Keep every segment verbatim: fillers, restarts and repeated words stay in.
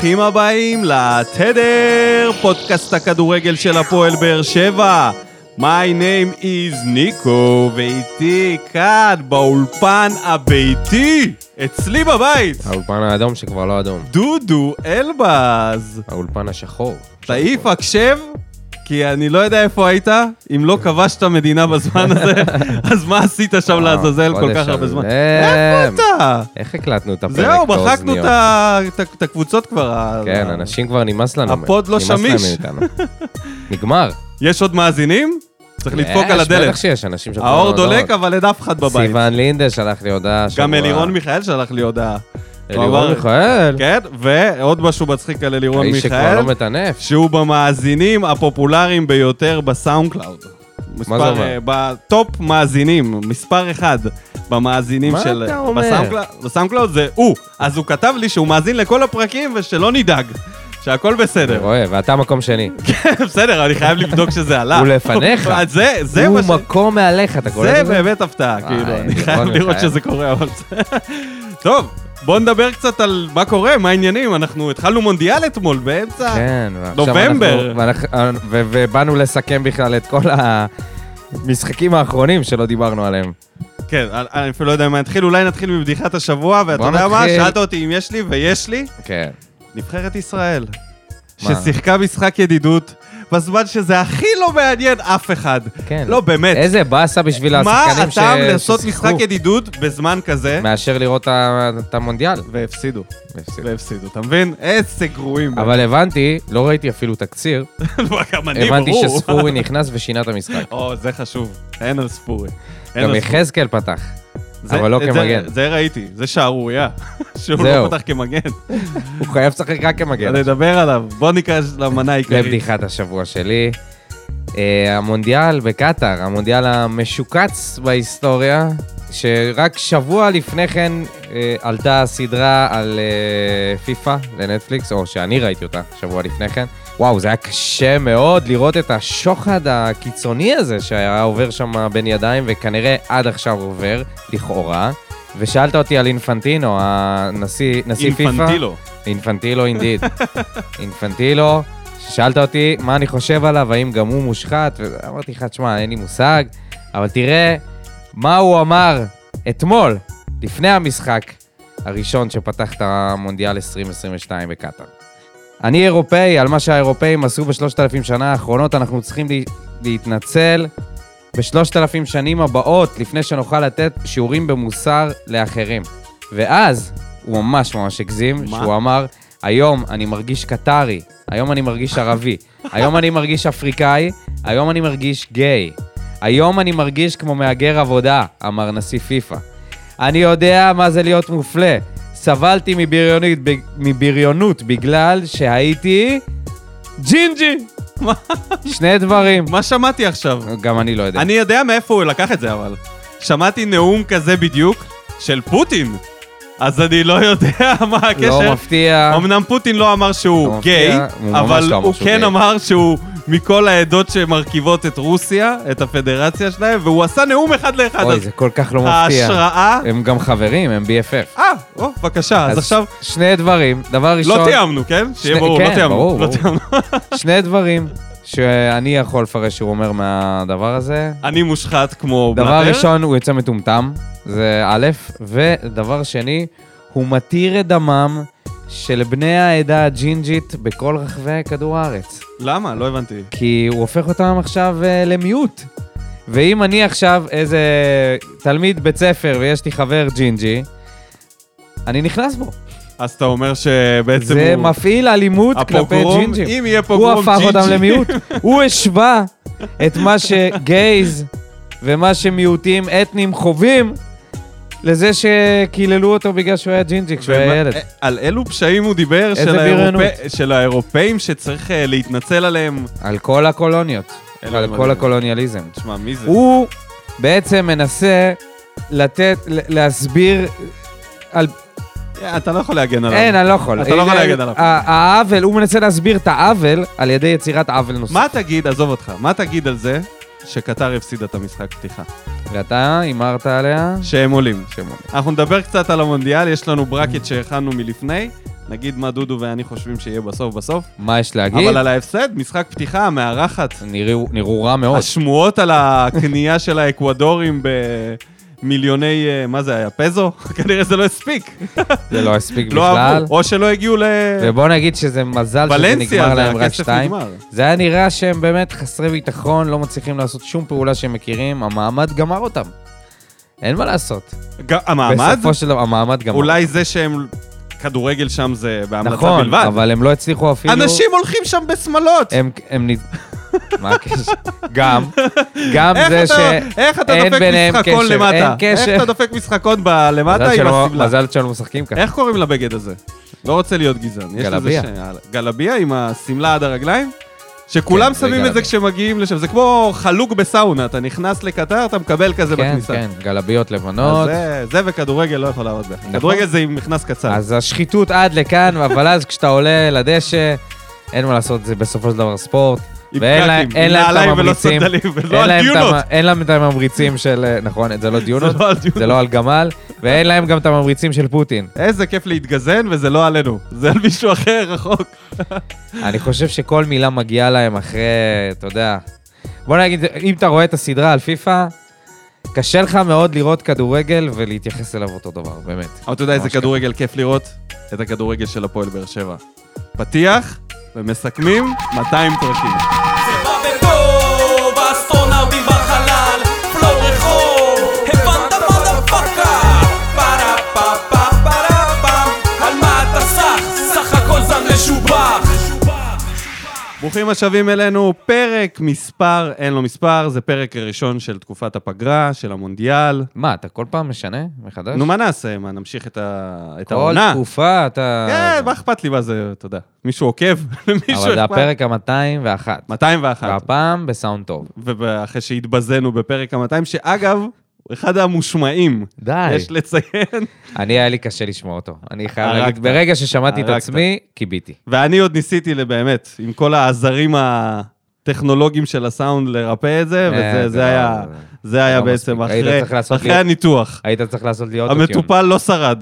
ברוכים הבאים לתדר, פודקאסט הכדורגל של הפועל באר שבע. My name is ניקו, ואיתי כאן באולפן הביתי, אצלי בבית. האולפן האדום שכבר לא אדום. דודו אלבז. האולפן השחור. תעיף הקשב, כי אני לא יודע איפה היית, אם לא כבשת מדינה בזמן הזה, אז מה עשית שם לעזאזל כל כך הרבה זמן? איפה אתה? איך הקלטנו את הפרק? זהו, מחקנו את הקבוצות כבר. כן, אנשים כבר נמאס לנו. הפוד לא שמיש. נגמר. יש עוד מאזינים? צריך לדפוק על הדלת. יש, בטח שיש אנשים שכבר... האור דולק, אבל אין אף אחד בבית. סיוון לינדה שלח לי הודעה. גם אלירון מיכאל שלח לי הודעה. אלירון מיכאל? כן, ועוד משהו מצחיק על אלירון מיכאל. האיש שכבר לא מטנף. שהוא במאזינים הפופולריים ביותר בסאונד קלאוד. מה זה אומר? בטופ מאזינים, מספר אחד במאזינים של... מה אתה אומר? בסאונד קלאוד זה הוא. אז הוא כתב לי שהוא מאזין לכל הפרקים ושלא נדאג. שהכל בסדר. רואה, ואתה מקום שני. כן, בסדר, אני חייב לבדוק שזה עלה. הוא לפניך. זה, זה הוא מקום מעליך, אתה קורא לזה? זה באמת הפתעה, כאילו, אני חייב לראות שזה קורה, אבל זה... טוב, בואו נדבר קצת על מה קורה, מה העניינים. אנחנו התחלנו מונדיאל אתמול באמצע נובמבר. ובאנו לסכם בכלל את כל המשחקים האחרונים שלא דיברנו עליהם. כן, אני אפילו לא יודע מה נתחיל, אולי נתחיל מבדיחת השבוע, ואתה יודע מה? שאלת אותי אם יש לי, ויש לי. כן. נבחרת ישראל, ששיחקה משחק ידידות, בזמן שזה הכי לא מעניין אף אחד. כן. לא, באמת. איזה באסה בשביל השחקנים ששיחקו. מה הטעם לעשות משחק ידידות בזמן כזה? מאשר לראות את המונדיאל. והפסידו. והפסידו, אתה מבין? איזה גרועים. אבל הבנתי, לא ראיתי אפילו תקציר. גם אני, ברור. הבנתי שספורי נכנס ושינה את המשחק. או, זה חשוב. אין על ספורי. גם יחזקאל פתח. אבל לא כמגן. זה ראיתי, זה שערוריה, שהוא לא פתח כמגן. הוא חייב לשחק רק כמגן. נדבר עליו, בוא ניכנס למנה העיקרית. לבדיחת השבוע שלי. המונדיאל בקטר, המונדיאל המשוקץ בהיסטוריה, שרק שבוע לפני כן עלתה סדרה על פיפה לנטפליקס, או שאני ראיתי אותה שבוע לפני כן. וואו, זה היה קשה מאוד לראות את השוחד הקיצוני הזה שהיה עובר שם בין ידיים, וכנראה עד עכשיו עובר, לכאורה. ושאלת אותי על אינפנטינו, הנשיא פיפה. אינפנטילו. אינפנטילו, אינדיד. אינפנטילו, ששאלת אותי מה אני חושב עליו, האם גם הוא מושחת, ואמרתי לך, תשמע, אין לי מושג, אבל תראה מה הוא אמר אתמול, לפני המשחק הראשון שפתח את המונדיאל עשרים עשרים ושתיים בקטר. אני אירופאי, על מה שהאירופאים עשו בשלושת אלפים שנה האחרונות, אנחנו צריכים להתנצל בשלושת אלפים שנים הבאות, לפני שנוכל לתת שיעורים במוסר לאחרים. ואז הוא ממש ממש הגזים, מה? שהוא אמר, היום אני מרגיש קטרי, היום אני מרגיש ערבי, היום אני מרגיש אפריקאי, היום אני מרגיש גיי, היום אני מרגיש כמו מאגר עבודה, אמר נשיא פיפה. אני יודע מה זה להיות מופלה. סבלתי מבריונות, מבריונות בגלל שהייתי ג'ינג'י. שני דברים. מה שמעתי עכשיו? גם אני לא יודע. אני יודע מאיפה הוא לקח את זה, אבל שמעתי נאום כזה בדיוק של פוטין. אז אני לא יודע מה הקשר. לא מפתיע. אמנם פוטין לא אמר שהוא גיי, אבל הוא כן אמר שהוא מכל העדות שמרכיבות את רוסיה, את הפדרציה שלהם, והוא עשה נאום אחד לאחד. אוי, זה כל כך לא מפתיע. ההשראה... הם גם חברים, הם בי אף אף. אה, או, בבקשה, אז עכשיו... שני דברים, דבר ראשון... לא תיאמנו, כן? שיהיה ברור, לא תיאמנו. לא תיאמנו. שני דברים שאני יכול לפרש שהוא אומר מהדבר הזה. אני מושחת כמו בלטר. דבר ראשון, הוא יוצא מטומטם, זה א', ודבר שני, הוא מתיר את דמם של בני העדה הג'ינג'ית בכל רחבי כדור הארץ. למה? לא הבנתי. כי הוא הופך אותם עכשיו uh, למיעוט. ואם אני עכשיו איזה תלמיד בית ספר ויש לי חבר ג'ינג'י, אני נכנס בו. אז אתה אומר שבעצם זה הוא... מפעיל אלימות כלפי ג'ינג'ים. אם יהיה פוגרום ג'ינג'י. הוא הפך אותם למיעוט. הוא השווה את מה שגייז ומה שמיעוטים אתניים חווים, לזה שקיללו אותו בגלל שהוא היה ג'ינג'י כשהוא היה ילד. על אילו פשעים הוא דיבר של האירופאים שצריך להתנצל עליהם? על כל הקולוניות, על כל הקולוניאליזם. תשמע, מי זה? הוא בעצם מנסה לתת, להסביר על... אתה לא יכול להגן עליו. אין, אני לא יכול. אתה לא יכול להגן עליו. העוול, הוא מנסה להסביר את העוול על ידי יצירת עוול נוסף. מה תגיד, עזוב אותך, מה תגיד על זה שקטר הפסיד את המשחק פתיחה? ואתה אמרת עליה? שהם עולים. שהם עולים. אנחנו נדבר קצת על המונדיאל, יש לנו ברקט שהכנו מלפני, נגיד מה דודו ואני חושבים שיהיה בסוף בסוף. מה יש להגיד? אבל על ההפסד, משחק פתיחה, מארחת. נראו, נראו רע מאוד. השמועות על הקנייה של האקוודורים במיליוני, מה זה היה, פזו? כנראה זה לא הספיק. זה לא הספיק לא בכלל. עברו, או שלא הגיעו ל... ובוא נגיד שזה מזל שזה נגמר להם רק שתיים. נגמר. זה היה נראה שהם באמת חסרי ביטחון, לא מצליחים לעשות שום פעולה שהם מכירים, המעמד גמר אותם. אין מה לעשות. המעמד? בסופו של דבר, המעמד גמר. אולי זה שהם... כדורגל שם זה בהמלצה נכון, בלבד. נכון, אבל הם לא הצליחו אפילו... אנשים הולכים שם בשמלות. הם... הם נ... מה הקשר? גם. גם זה ש... איך אתה דופק משחקון למטה? אין קשר. איך אתה דופק משחקון למטה עם הסמלה? מזל שלנו משחקים ככה. איך קוראים לבגד הזה? לא רוצה להיות גזען. גלביה. גלביה עם הסמלה עד הרגליים? שכולם שמים את זה כשמגיעים לשם. זה כמו חלוק בסאונה. אתה נכנס לקטר, אתה מקבל כזה בכניסה. כן, כן, גלביות לבנות. זה וכדורגל לא יכול לעבוד ביחד. כדורגל זה עם מכנס קצר. אז השחיתות עד לכאן, אבל אז כשאתה עולה לדשא, אין מה לעשות, זה בסופו של דבר ספורט. ואין להם את הממריצים, אין להם את הממריצים של, נכון, זה לא דיונות, זה לא על גמל, ואין להם גם את הממריצים של פוטין. איזה כיף להתגזן, וזה לא עלינו, זה על מישהו אחר רחוק. אני חושב שכל מילה מגיעה להם אחרי, אתה יודע, בוא נגיד, אם אתה רואה את הסדרה על פיפה, קשה לך מאוד לראות כדורגל ולהתייחס אליו אותו דבר, באמת. אבל אתה יודע איזה כדורגל כיף לראות? את הכדורגל של הפועל באר שבע. פתיח ומסכמים מאתיים פרקים. זה בא בטוב, האסטרונאוטים בחלל, פלו רחוב, הבנת מודפאקה, פרה פה פה פרה פם, על מה אתה סח, סך הכל זן משובח. ברוכים השבים אלינו, פרק מספר, אין לו מספר, זה פרק הראשון של תקופת הפגרה, של המונדיאל. מה, אתה כל פעם משנה מחדש? נו, מה נעשה? מה, נמשיך את העונה? כל תקופה אתה... כן, מה אכפת לי מה זה, אתה יודע. מישהו עוקב? אבל זה הפרק ה-מאתיים ואחת. מאתיים ואחת. והפעם בסאונד טוב. ואחרי שהתבזנו בפרק ה-מאתיים, שאגב, אחד המושמעים. די. יש לציין. אני, היה לי קשה לשמוע אותו. אני חייב להגיד, ברגע ששמעתי את עצמי, קיביתי. ואני עוד ניסיתי באמת, עם כל העזרים הטכנולוגיים של הסאונד לרפא את זה, וזה היה, זה היה בעצם אחרי הניתוח. היית צריך לעשות לי אוטוטיון. המטופל לא שרד.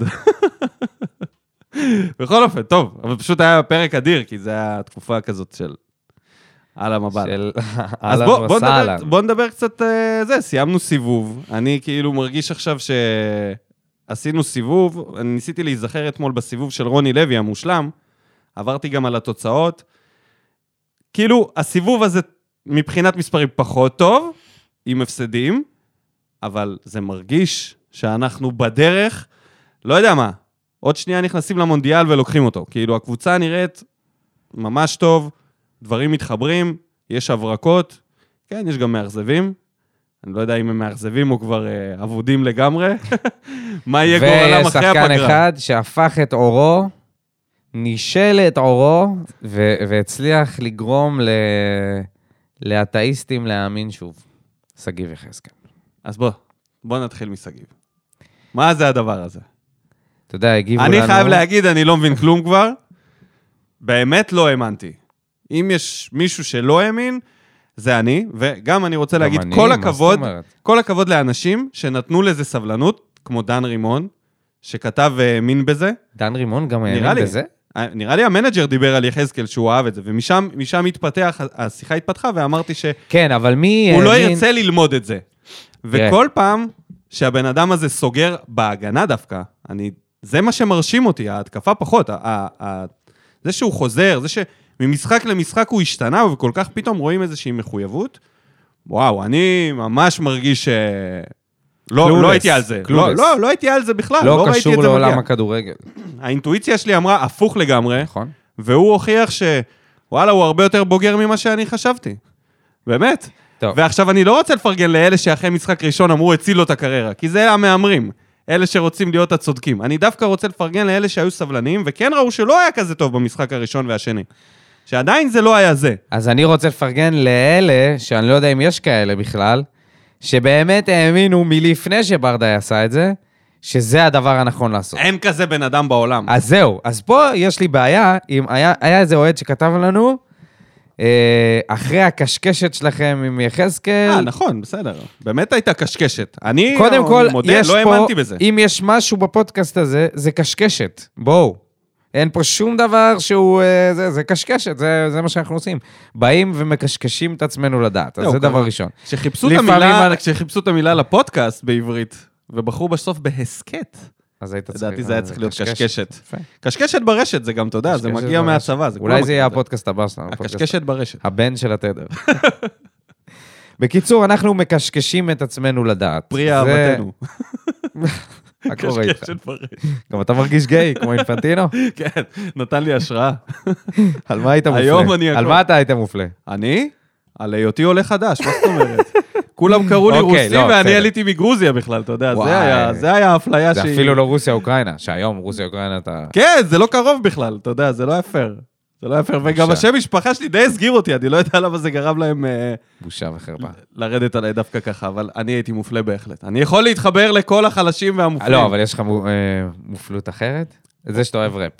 בכל אופן, טוב, אבל פשוט היה פרק אדיר, כי זה היה תקופה כזאת של... על המבט. אז בוא, בוא, נדבר, בוא נדבר קצת, זה, סיימנו סיבוב. אני כאילו מרגיש עכשיו שעשינו סיבוב, אני ניסיתי להיזכר אתמול בסיבוב של רוני לוי המושלם, עברתי גם על התוצאות. כאילו, הסיבוב הזה מבחינת מספרים פחות טוב, עם הפסדים, אבל זה מרגיש שאנחנו בדרך, לא יודע מה, עוד שנייה נכנסים למונדיאל ולוקחים אותו. כאילו, הקבוצה נראית ממש טוב, דברים מתחברים, יש הברקות, כן, יש גם מאכזבים, אני לא יודע אם הם מאכזבים או כבר אה, עבודים לגמרי, מה יהיה גורלם אחרי הפגרה. ושחקן אחד שהפך את אורו, נישל את אורו, ו- והצליח לגרום ל- לאתאיסטים להאמין שוב. סגיב יחזקאל. אז בוא, בוא נתחיל מסגיב. מה זה הדבר הזה? אתה יודע, הגיבו אני לנו... אני חייב להגיד, אני לא מבין כלום כבר, באמת לא האמנתי. אם יש מישהו שלא האמין, זה אני, וגם אני רוצה להגיד, אני, כל הכבוד, כל הכבוד לאנשים שנתנו לזה סבלנות, כמו דן רימון, שכתב והאמין בזה. דן רימון גם האמין בזה? נראה לי המנג'ר דיבר על יחזקאל שהוא אהב את זה, ומשם משם התפתח, השיחה התפתחה, ואמרתי ש... כן, אבל מי... הוא לא ירצה ללמוד את זה. וכל פעם שהבן אדם הזה סוגר בהגנה דווקא, אני, זה מה שמרשים אותי, ההתקפה פחות, זה שהוא חוזר, זה ש... ממשחק למשחק הוא השתנה, וכל כך פתאום רואים איזושהי מחויבות. וואו, אני ממש מרגיש ש... לא, לא הייתי על זה. לא, לא, לא הייתי על זה בכלל. לא קשור לעולם הכדורגל. האינטואיציה שלי אמרה, הפוך לגמרי. נכון. והוא הוכיח ש... וואלה, הוא הרבה יותר בוגר ממה שאני חשבתי. באמת. טוב. ועכשיו אני לא רוצה לפרגן לאלה שאחרי משחק ראשון אמרו, הצילו את הקריירה, כי זה המאמרים. אלה שרוצים להיות הצודקים. אני דווקא רוצה לפרגן לאלה שהיו סבלניים, וכן ראו שלא היה כזה טוב במשחק הראשון והשני. שעדיין זה לא היה זה. אז אני רוצה לפרגן לאלה, שאני לא יודע אם יש כאלה בכלל, שבאמת האמינו מלפני שברדה עשה את זה, שזה הדבר הנכון לעשות. אין כזה בן אדם בעולם. אז זהו, אז פה יש לי בעיה, אם היה, היה איזה אוהד שכתב לנו, אחרי הקשקשת שלכם עם יחזקאל... אה, נכון, בסדר. באמת הייתה קשקשת. אני קודם כל, מודה, לא האמנתי בזה. אם יש משהו בפודקאסט הזה, זה קשקשת. בואו. אין פה שום דבר שהוא, זה, זה קשקשת, זה, זה מה שאנחנו עושים. באים ומקשקשים את עצמנו לדעת, אז זה דבר ראשון. כשחיפשו את המילה, כשחיפשו את המילה לפודקאסט בעברית, ובחרו בסוף בהסקט, אז היית צריך... לדעתי זה היה צריך להיות קשקשת. קשקשת ברשת, זה גם, אתה יודע, זה מגיע מהצבא. אולי זה יהיה הפודקאסט הבא שלנו. הקשקשת ברשת. הבן של התדר. בקיצור, אנחנו מקשקשים את עצמנו לדעת. פרי אהבתנו. מה קורה איתך? גם אתה מרגיש גיי, כמו אינפנטינו? כן, נתן לי השראה. על מה היית מופלה? היום אני... על מה אתה היית מופלה? אני? על היותי עולה חדש, מה זאת אומרת? כולם קראו לי רוסי ואני עליתי מגרוזיה בכלל, אתה יודע, זה היה האפליה שהיא... זה אפילו לא רוסיה-אוקראינה, שהיום רוסיה-אוקראינה אתה... כן, זה לא קרוב בכלל, אתה יודע, זה לא יפר. זה לא יפר, וגם השם משפחה שלי די הסגיר אותי, אני לא יודע למה זה גרם להם... בושה וחרפה. לרדת עליי דווקא ככה, אבל אני הייתי מופלה בהחלט. אני יכול להתחבר לכל החלשים והמופלים. לא, אבל יש לך מופלות אחרת? זה שאתה אוהב ראפ.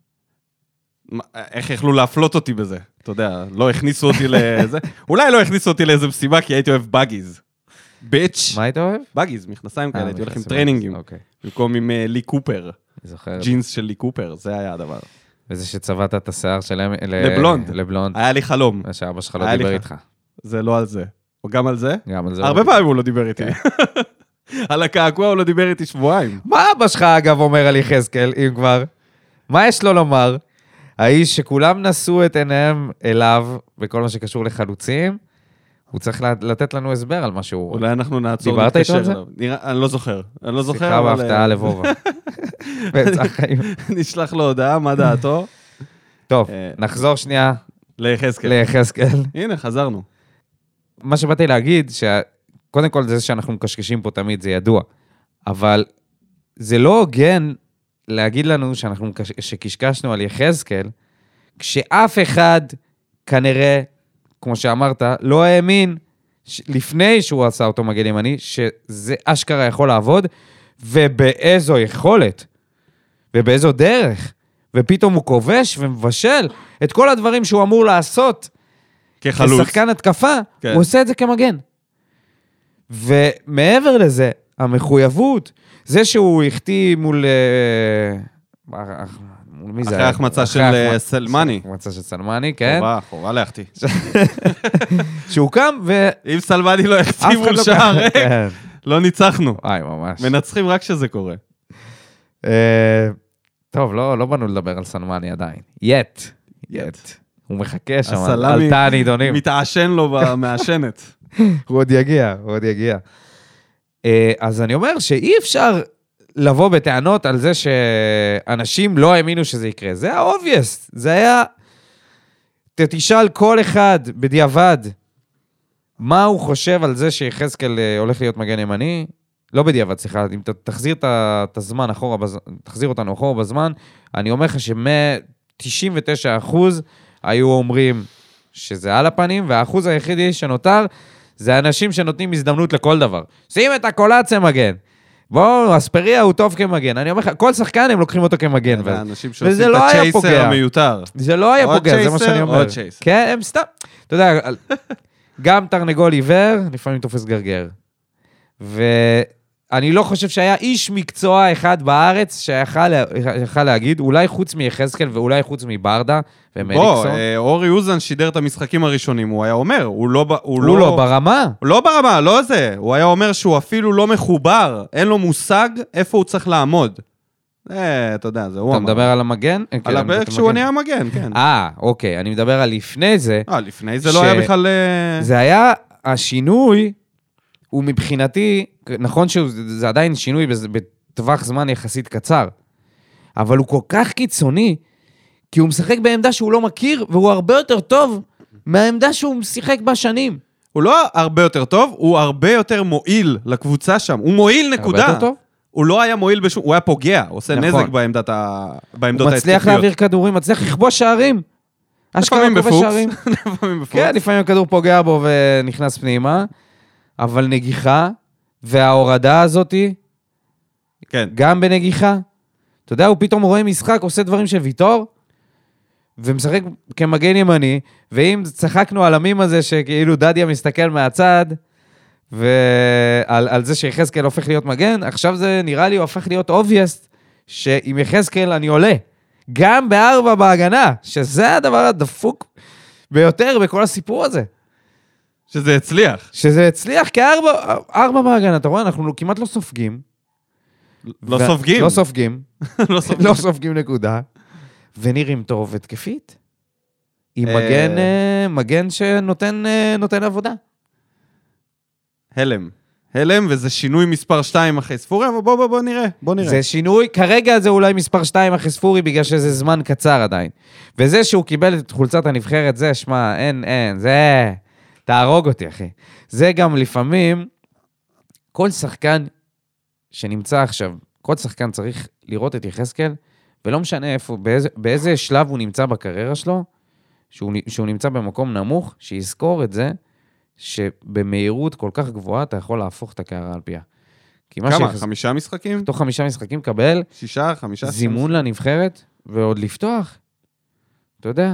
איך יכלו להפלות אותי בזה? אתה יודע, לא הכניסו אותי לזה. אולי לא הכניסו אותי לאיזה מסיבה, כי הייתי אוהב בגיז. ביץ'. מה היית אוהב? בגיז, מכנסיים כאלה, הייתי הולך עם טריינינגים. במקום עם לי קופר. ג'ינס של לי קופר, זה היה הדבר. וזה שצבעת את השיער שלהם... לבלונד. לבלונד. היה לי חלום. ושאבא שלך לא דיבר איתך. זה לא על זה. או גם על זה? גם על זה. הרבה פעמים הוא לא דיבר איתי. על הקעקוע הוא לא דיבר איתי שבועיים. מה אבא שלך אגב אומר על יחזקאל, אם כבר? מה יש לו לומר? האיש שכולם נשאו את עיניהם אליו, בכל מה שקשור לחלוצים, הוא צריך לתת לנו הסבר על מה שהוא... אולי אנחנו נעצור. דיברת איתו על זה? אני לא זוכר. אני לא זוכר, שיחה בהפתעה לבובה. נשלח לו הודעה, מה דעתו? טוב, נחזור שנייה. ליחזקאל. ליחזקאל. הנה, חזרנו. מה שבאתי להגיד, שקודם כל זה שאנחנו מקשקשים פה תמיד, זה ידוע. אבל זה לא הוגן להגיד לנו שאנחנו, שקשקשנו על יחזקאל, כשאף אחד כנראה, כמו שאמרת, לא האמין לפני שהוא עשה אותו מגן ימני, שזה אשכרה יכול לעבוד, ובאיזו יכולת, ובאיזו דרך, ופתאום הוא כובש ומבשל את כל הדברים שהוא אמור לעשות, כחלוץ. כשחקן התקפה, כן. הוא עושה את זה כמגן. ומעבר לזה, המחויבות, זה שהוא החטיא מול... מול מי זה? אחרי החמצה של סלמני. החמצה של סלמני, כן. חובה, חובה להחטיא. שהוא קם ו... אם סלמני לא החטיא מול שער ריק, לא ניצחנו. איי, ממש. מנצחים רק שזה קורה. טוב, לא באנו לדבר על סלמני עדיין. יט. יט. הוא מחכה שם על תא הנידונים. מתעשן לו במעשנת. הוא עוד יגיע, הוא עוד יגיע. אז אני אומר שאי אפשר לבוא בטענות על זה שאנשים לא האמינו שזה יקרה. זה היה obvious. זה היה... תשאל כל אחד בדיעבד מה הוא חושב על זה שיחזקאל הולך להיות מגן ימני. לא בדיעבד, סליחה. אם תחזיר את הזמן אחורה, תחזיר אותנו אחורה בזמן, אני אומר לך ש-תשעים ותשעה אחוז היו אומרים שזה על הפנים, והאחוז היחידי שנותר, זה אנשים שנותנים הזדמנות לכל דבר. שים את הקולציה מגן. בואו, אספריה הוא טוב כמגן. אני אומר לך, כל שחקן הם לוקחים אותו כמגן. אנשים שעושים את הצ'ייסר המיותר. זה לא היה פוגע, זה מה שאני אומר. עוד צ'ייסר. כן, הם סתם. אתה יודע, גם תרנגול עיוור, לפעמים תופס גרגר. ואני לא חושב שהיה איש מקצוע אחד בארץ שיכל להגיד, אולי חוץ מיחזקאל ואולי חוץ מברדה ומליקסון. בוא, אורי אוזן שידר את המשחקים הראשונים, הוא היה אומר, הוא לא... הוא לא ברמה. לא ברמה, לא זה. הוא היה אומר שהוא אפילו לא מחובר, אין לו מושג איפה הוא צריך לעמוד. אה, אתה יודע, זה הוא אמר. אתה מדבר על המגן? על הפרק שהוא נהיה מגן, כן. אה, אוקיי, אני מדבר על לפני זה. אה, לפני זה לא היה בכלל... זה היה השינוי, הוא מבחינתי, נכון שזה עדיין שינוי בטווח זמן יחסית קצר, אבל הוא כל כך קיצוני, כי הוא משחק בעמדה שהוא לא מכיר, והוא הרבה יותר טוב מהעמדה שהוא משחק בשנים. הוא לא הרבה יותר טוב, הוא הרבה יותר מועיל לקבוצה שם. הוא מועיל נקודה. הרבה יותר טוב? הוא לא היה מועיל בשום... הוא היה פוגע, הוא עושה נכון. נזק בעמדת ה... בעמדות הוא מצליח להעביר כדורים, מצליח לכבוש שערים. לפעמים בפוקס. לפעמים בפוקס. כן, לפעמים הכדור פוגע בו ונכנס פנימה, אבל נגיחה, וההורדה הזאת, כן. גם בנגיחה. אתה יודע, הוא פתאום רואה משחק, עושה דברים של ויתור, ומשחק כמגן ימני, ואם צחקנו על המים הזה, שכאילו דדיה מסתכל מהצד, ועל על זה שיחזקאל הופך להיות מגן, עכשיו זה נראה לי הוא הופך להיות obvious, שעם יחזקאל אני עולה. גם בארבע בהגנה, שזה הדבר הדפוק ביותר בכל הסיפור הזה. שזה הצליח. שזה הצליח כארבע, ארבע בהגנה, אתה רואה, אנחנו כמעט לא סופגים. לא סופגים. לא סופגים. לא סופגים. לא סופגים נקודה. ונראים טוב התקפית. עם מגן, מגן שנותן נותן עבודה. הלם. הלם, וזה שינוי מספר שתיים אחרי ספורי, אבל בוא, בוא, בוא נראה, בוא נראה. זה שינוי, כרגע זה אולי מספר שתיים אחרי ספורי, בגלל שזה זמן קצר עדיין. וזה שהוא קיבל את חולצת הנבחרת, זה, שמה, אין, אין, זה, תהרוג אותי, אחי. זה גם לפעמים, כל שחקן שנמצא עכשיו, כל שחקן צריך לראות את יחזקאל, ולא משנה איפה, באיזה, באיזה שלב הוא נמצא בקריירה שלו, שהוא, שהוא נמצא במקום נמוך, שיזכור את זה, שבמהירות כל כך גבוהה, אתה יכול להפוך את הקערה על פיה. כמה? שחז... חמישה משחקים? תוך חמישה משחקים קבל שישה, חמישה. זימון לנבחרת, ועוד לפתוח. אתה יודע?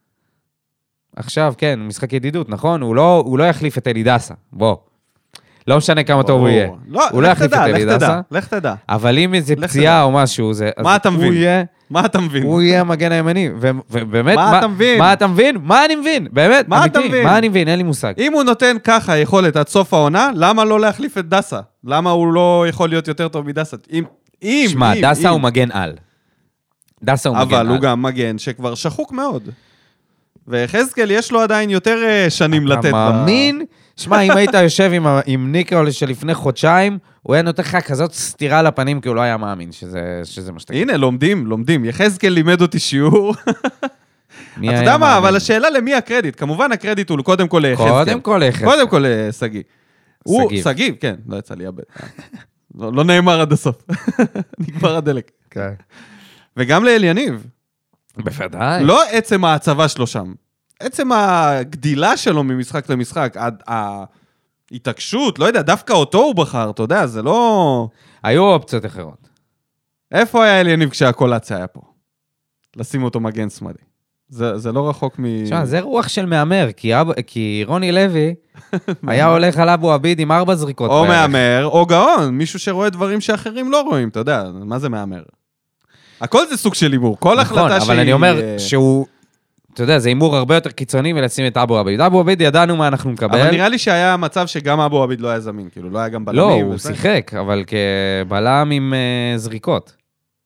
עכשיו, כן, משחק ידידות, נכון? הוא לא, הוא לא יחליף את אלי דסה. בוא. לא משנה כמה טוב הוא יהיה. לא, הוא לא יחליף את אלי דסה. לך תדע. אבל אם איזה פציעה או משהו, זה... מה אתה מבין? מה אתה מבין? הוא יהיה המגן הימני. ובאמת, מה אתה מבין? מה אתה מבין? מה אני מבין? באמת, מה אתה מבין? מה אני מבין? אין לי מושג. אם הוא נותן ככה יכולת עד סוף העונה, למה לא להחליף את דסה? למה הוא לא יכול להיות יותר טוב מדסה? אם, אם, שמע, אם, דסה אם. הוא מגן על. דסה הוא מגן על. אבל הוא גם מגן שכבר שחוק מאוד. וחזקאל יש לו עדיין יותר שנים לתת. אתה מאמין? שמע, אם היית יושב עם, עם ניקול שלפני חודשיים, הוא היה נותן לך כזאת סתירה לפנים, כי הוא לא היה מאמין שזה, שזה מה שתגיד. הנה, לומדים, לומדים. יחזקאל לימד אותי שיעור. אתה יודע מה, אבל השאלה למי הקרדיט? כמובן הקרדיט הוא קודם כל ליחזקאל. קודם כל ליחזקאל. קודם כל לסגי. סגיב. סגיב, כן. לא יצא לי הבד. לא, לא נאמר עד הסוף. נגמר הדלק. כן. וגם לאליניב. בוודאי. לא עצם ההצבה שלו שם. עצם הגדילה שלו ממשחק למשחק, ההתעקשות, לא יודע, דווקא אותו הוא בחר, אתה יודע, זה לא... היו אופציות אחרות. איפה היה אליניב כשהקולציה היה פה? לשים אותו מגן שמאלי. זה, זה לא רחוק מ... שמה, זה רוח של מאמר, כי, אב... כי רוני לוי היה הולך על אבו עביד עם ארבע זריקות. או מאמר, או גאון, מישהו שרואה דברים שאחרים לא רואים, אתה יודע, מה זה מאמר? הכל זה סוג של אימור, כל נכון, החלטה שהיא... אבל אני אומר שהוא... אתה יודע, זה אימור הרבה יותר קיצוני ולשים את אבו עביד. אבו עביד ידענו מה אנחנו נקבל. אבל נראה לי שהיה מצב שגם אבו עביד לא היה זמין, כאילו, לא היה גם בלמים. לא, הוא שיחק, אבל כבלם עם זריקות.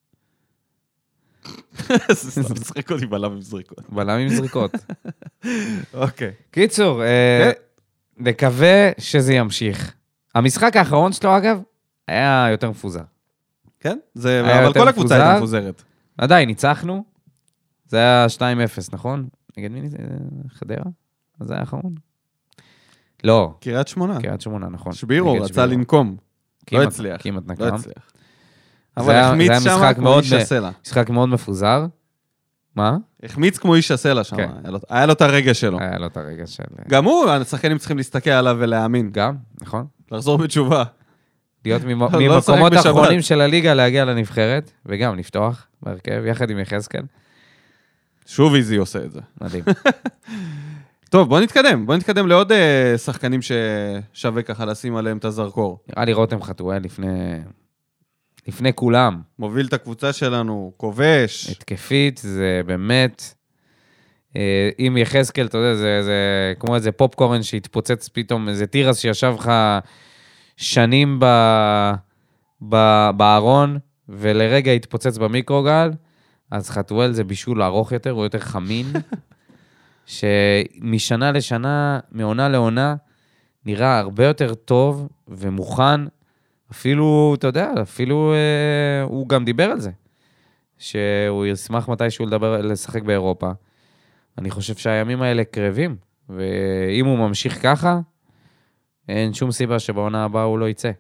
משחק אותי בלם עם זריקות. בלם עם זריקות. אוקיי. קיצור, נקווה שזה ימשיך. המשחק האחרון שלו, אגב, היה יותר מפוזר. כן? אבל כל הקבוצה הייתה מפוזרת. עדיין, ניצחנו. זה היה שתיים אפס, נכון? נגד מי? חדרה? אז זה היה האחרון? לא. קריית שמונה. קריית שמונה, נכון. שבירו, רצה לנקום. לא הצליח. כמעט נקם. לא הצליח. אבל החמיץ שם כמו איש הסלע. משחק מאוד מפוזר. מה? החמיץ כמו איש הסלע שם. היה לו את הרגע שלו. היה לו את הרגע שלו. גם הוא, השחקנים צריכים להסתכל עליו ולהאמין. גם, נכון. לחזור בתשובה. להיות ממקומות האחרונים של הליגה להגיע לנבחרת, וגם לפתוח בהרכב, יחד עם יחזקאל. שוב איזי עושה את זה. מדהים. טוב, בוא נתקדם. בוא נתקדם לעוד uh, שחקנים ששווה ככה לשים עליהם את הזרקור. נראה לי רותם חתואל לפני... לפני כולם. מוביל את הקבוצה שלנו, כובש. התקפית, זה באמת... אם יחזקאל, אתה יודע, זה, זה כמו איזה פופקורן שהתפוצץ פתאום, איזה טירס שישב לך שנים ב, ב, בארון, ולרגע התפוצץ במיקרוגל, אז חתואל זה בישול ארוך יותר, הוא יותר חמין, שמשנה לשנה, מעונה לעונה, נראה הרבה יותר טוב ומוכן, אפילו, אתה יודע, אפילו אה, הוא גם דיבר על זה, שהוא ישמח מתישהו לדבר, לשחק באירופה. אני חושב שהימים האלה קרבים, ואם הוא ממשיך ככה, אין שום סיבה שבעונה הבאה הוא לא יצא.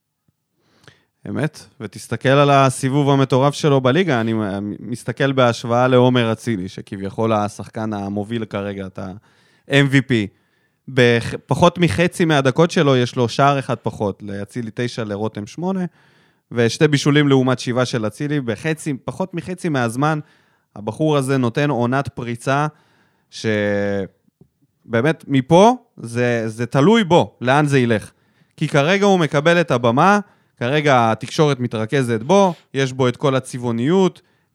אמת, ותסתכל על הסיבוב המטורף שלו בליגה, אני מסתכל בהשוואה לעומר אצילי, שכביכול השחקן המוביל כרגע, את ה-אם וי פי, בפחות מחצי מהדקות שלו, יש לו שער אחד פחות, לאצילי תשע, לרותם שמונה, ושתי בישולים לעומת שבעה של אצילי, בחצי, פחות מחצי מהזמן, הבחור הזה נותן עונת פריצה, שבאמת מפה זה, זה תלוי בו, לאן זה ילך. כי כרגע הוא מקבל את הבמה, כרגע התקשורת מתרכזת בו, יש בו את כל הצבעוניות,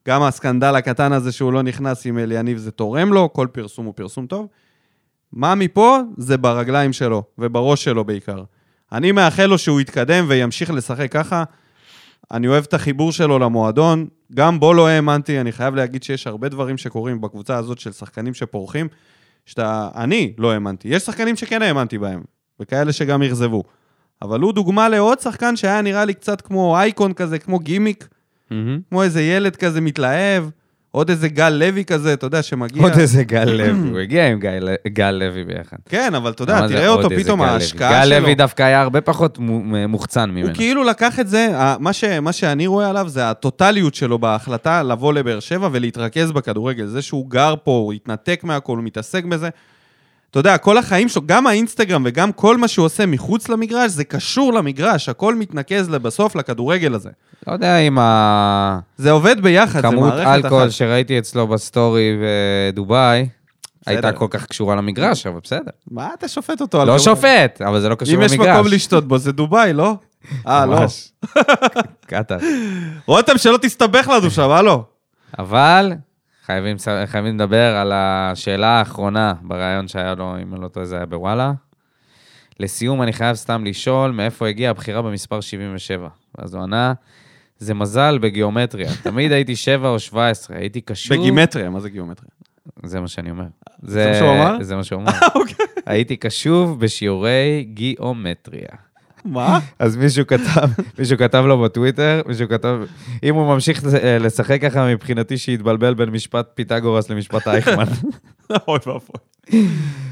גם הסקנדל הקטן הזה שהוא לא נכנס עם אליניב זה תורם לו, כל פרסום הוא פרסום טוב. מה מפה? זה ברגליים שלו, ובראש שלו בעיקר. אני מאחל לו שהוא יתקדם וימשיך לשחק ככה. אני אוהב את החיבור שלו למועדון. גם בו לא האמנתי, אני חייב להגיד שיש הרבה דברים שקורים בקבוצה הזאת של שחקנים שפורחים, שאתה, אני לא האמנתי. יש שחקנים שכן האמנתי בהם, וכאלה שגם יחזבו. אבל הוא דוגמה לעוד שחקן שהיה נראה לי קצת כמו אייקון כזה, כמו גימיק, mm-hmm. כמו איזה ילד כזה מתלהב, עוד איזה גל לוי כזה, אתה יודע, שמגיע... עוד איזה גל לוי, הוא הגיע עם גל, גל לוי ביחד. כן, אבל אתה יודע, תראה אותו פתאום, ההשקעה שלו... גל שלו... לוי דווקא היה הרבה פחות מוחצן ממנו. הוא כאילו לקח את זה, מה, ש, מה שאני רואה עליו, זה הטוטליות שלו בהחלטה לבוא לבאר שבע ולהתרכז בכדורגל. זה שהוא גר פה, הוא התנתק מהכל, הוא מתעסק בזה. אתה יודע, כל החיים שלו, גם האינסטגרם וגם כל מה שהוא עושה מחוץ למגרש, זה קשור למגרש, הכל מתנקז בסוף לכדורגל הזה. לא יודע אם ה... זה עובד ביחד, זה מערכת אחת. כמות אלכוהול שראיתי אצלו בסטורי בדובאי, הייתה כל כך קשורה למגרש, אבל בסדר. מה אתה שופט אותו? לא שופט, אבל זה לא קשור למגרש. אם יש מקום לשתות בו, זה דובאי, לא? אה, לא. קטר. רותם, שלא תסתבך לנו שם, הלו. אבל... חייבים, חייבים לדבר על השאלה האחרונה ברעיון שהיה לו, אם אני לא טועה, זה היה בוואלה. לסיום, אני חייב סתם לשאול מאיפה הגיעה הבחירה במספר שבעים ושבע. ואז הוא ענה, זה מזל בגיאומטריה. תמיד הייתי שבע או שבע עשרה, הייתי קשור... בגימטריה, מה זה גיאומטריה? זה מה שאני אומר. זה מה שהוא אמר? זה מה שהוא אמר. הייתי קשוב בשיעורי גיאומטריה. מה? אז מישהו כתב, מישהו כתב לו בטוויטר, מישהו כתב, אם הוא ממשיך לשחק ככה מבחינתי שהתבלבל בין משפט פיתגורס למשפט אייכמן. אוי ואבוי.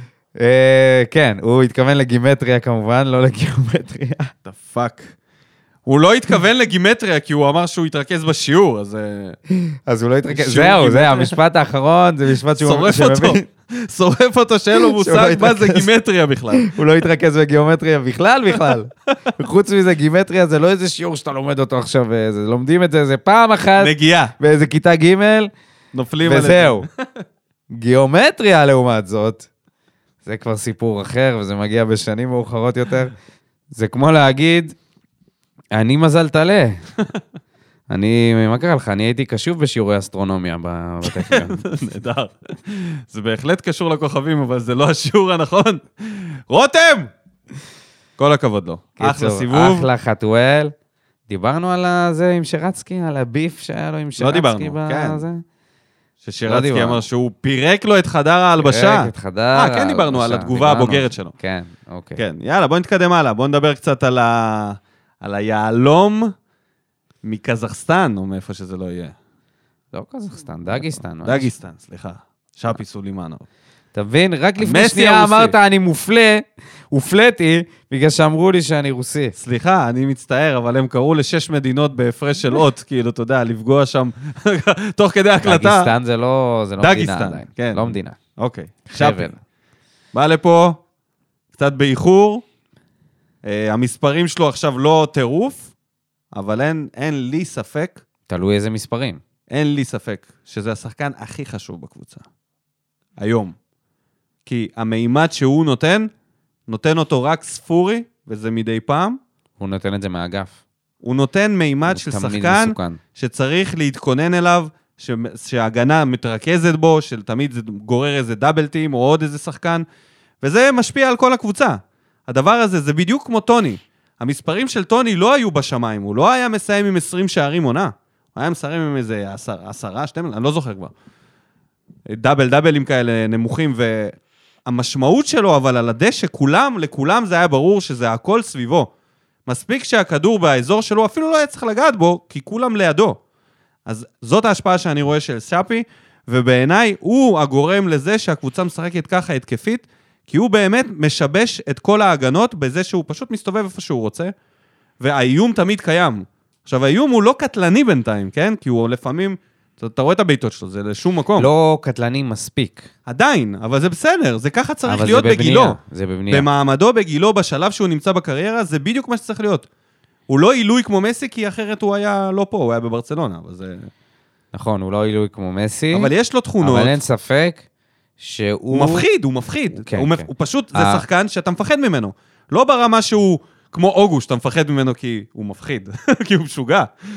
כן, הוא התכוון לגימטריה כמובן, לא לגיאומטריה. The fuck. הוא לא התכוון לגימטריה, כי הוא אמר שהוא יתרכז בשיעור, אז... אז הוא לא יתרכז, זהו, זה המשפט האחרון, זה משפט שהוא... שורף אותו, שורף אותו שאין לו מושג מה זה גימטריה בכלל. הוא לא יתרכז בגיאומטריה בכלל, בכלל. חוץ מזה, גימטריה זה לא איזה שיעור שאתה לומד אותו עכשיו, לומדים את זה, זה פעם אחת... נגיעה. באיזה כיתה ג' נופלים עליהם. וזהו. גיאומטריה לעומת זאת, זה כבר סיפור אחר, וזה מגיע בשנים מאוחרות יותר. זה כמו להגיד, אני מזל תלה. אני, מה קרה לך? אני הייתי קשוב בשיעורי אסטרונומיה בטכניון. נהדר. זה בהחלט קשור לכוכבים, אבל זה לא השיעור הנכון. רותם! כל הכבוד לו. אחלה סיבוב. אחלה חתואל. דיברנו על זה עם שרצקי, על הביף שהיה לו עם שרצקי. לא דיברנו, כן. ששרצקי אמר שהוא פירק לו את חדר ההלבשה. פירק את חדר ההלבשה. אה, כן דיברנו על התגובה הבוגרת שלו. כן, אוקיי. כן, יאללה, בוא נתקדם הלאה. בוא נדבר קצת על ה... על היעלום מקזחסטן, או מאיפה שזה לא יהיה. לא קזחסטן, דגיסטן. דגיסטן, סליחה. שפי סולימנוב. תבין, רק לפני שנייה אמרת, אני מופלה, הופלתי, בגלל שאמרו לי שאני רוסי. סליחה, אני מצטער, אבל הם קראו לשש מדינות בהפרש של אות, כאילו, אתה יודע, לפגוע שם, תוך כדי הקלטה. דגיסטן זה לא מדינה עדיין. כן. לא מדינה. אוקיי. שפי. בא לפה, קצת באיחור, המספרים שלו עכשיו לא טירוף, אבל אין, אין לי ספק. תלוי איזה מספרים. אין לי ספק שזה השחקן הכי חשוב בקבוצה. היום. כי המימד שהוא נותן, נותן אותו רק ספורי, וזה מדי פעם. הוא נותן את זה מהאגף. הוא נותן מימד של שחקן, מסוכן. שצריך להתכונן אליו, ש... שההגנה מתרכזת בו, של תמיד זה גורר איזה דאבל טים, או עוד איזה שחקן, וזה משפיע על כל הקבוצה. הדבר הזה, זה בדיוק כמו טוני. המספרים של טוני לא היו בשמיים, הוא לא היה מסיים עם עשרים שערים עונה. הוא היה מסיים עם איזה עשר, עשרה, שתיים, אני לא זוכר כבר. דאבל דאבלים כאלה נמוכים, והמשמעות שלו, אבל על הדשא, כולם, לכולם זה היה ברור שזה הכל סביבו. מספיק שהכדור באזור שלו, אפילו לא היה צריך לגעת בו, כי כולם לידו. אז זאת ההשפעה שאני רואה של שפי, ובעיניי הוא הגורם לזה שהקבוצה משחקת ככה התקפית, כי הוא באמת משבש את כל ההגנות בזה שהוא פשוט מסתובב איפה שהוא רוצה, והאיום תמיד קיים. עכשיו, האיום הוא לא קטלני בינתיים, כן? כי הוא לפעמים, אתה רואה את הביתות שלו, זה לשום מקום. לא קטלני מספיק. עדיין, אבל זה בסדר, זה ככה צריך להיות זה בגילו. בבנייה, זה בבנייה. במעמדו, בגילו, בשלב שהוא נמצא בקריירה, זה בדיוק מה שצריך להיות. הוא לא עילוי כמו מסי, כי אחרת הוא היה לא פה, הוא היה בברצלונה, אבל זה... נכון, הוא לא עילוי כמו מסי. אבל יש לו תכונות. אבל אין ספק שהוא... הוא מפחיד, הוא מפחיד. כן, הוא, כן. מפ... הוא פשוט, זה שחקן שאתה מפחד ממנו. לא ברמה שהוא כמו אוגו, שאתה מפחד ממנו כי הוא מפחיד, כי הוא משוגע.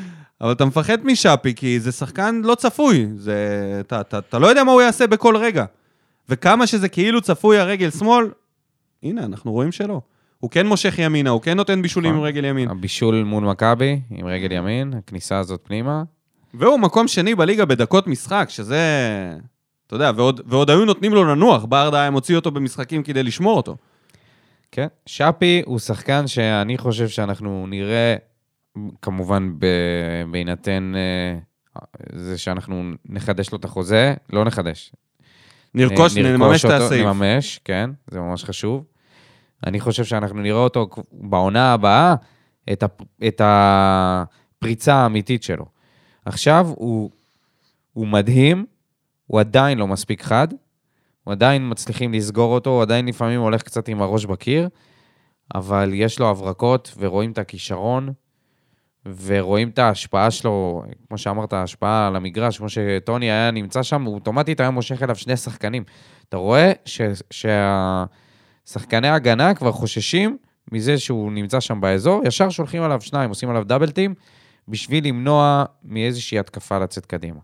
אבל אתה מפחד משאפי, כי זה שחקן לא צפוי. זה, אתה, אתה, אתה לא יודע מה הוא יעשה בכל רגע. וכמה שזה כאילו צפוי הרגל שמאל, הנה, אנחנו רואים שלא. הוא כן מושך ימינה, הוא כן נותן בישולים עם רגל ימין. הבישול מול מכבי, עם רגל ימין, הכניסה הזאת פנימה. והוא מקום שני בליגה בדקות משחק, שזה, אתה יודע, ועוד, ועוד היו נותנים לו לנוח, ברדה הם הוציאו אותו במשחקים כדי לשמור אותו. כן, שפי הוא שחקן שאני חושב שאנחנו נראה, כמובן בהינתן זה שאנחנו נחדש לו את החוזה, לא נחדש. נרכוש, נממש את הסעיף. נממש, כן, זה ממש חשוב. אני חושב שאנחנו נראה אותו בעונה הבאה, את, הפ... את הפריצה האמיתית שלו. עכשיו הוא, הוא מדהים, הוא עדיין לא מספיק חד, הוא עדיין מצליחים לסגור אותו, הוא עדיין לפעמים הולך קצת עם הראש בקיר, אבל יש לו הברקות ורואים את הכישרון, ורואים את ההשפעה שלו, כמו שאמרת, ההשפעה על המגרש, כמו שטוני היה נמצא שם, הוא אוטומטית היה מושך אליו שני שחקנים. אתה רואה ש... שהשחקני הגנה כבר חוששים מזה שהוא נמצא שם באזור, ישר שולחים עליו שניים, עושים עליו דאבלטים, בשביל למנוע מאיזושהי התקפה לצאת קדימה.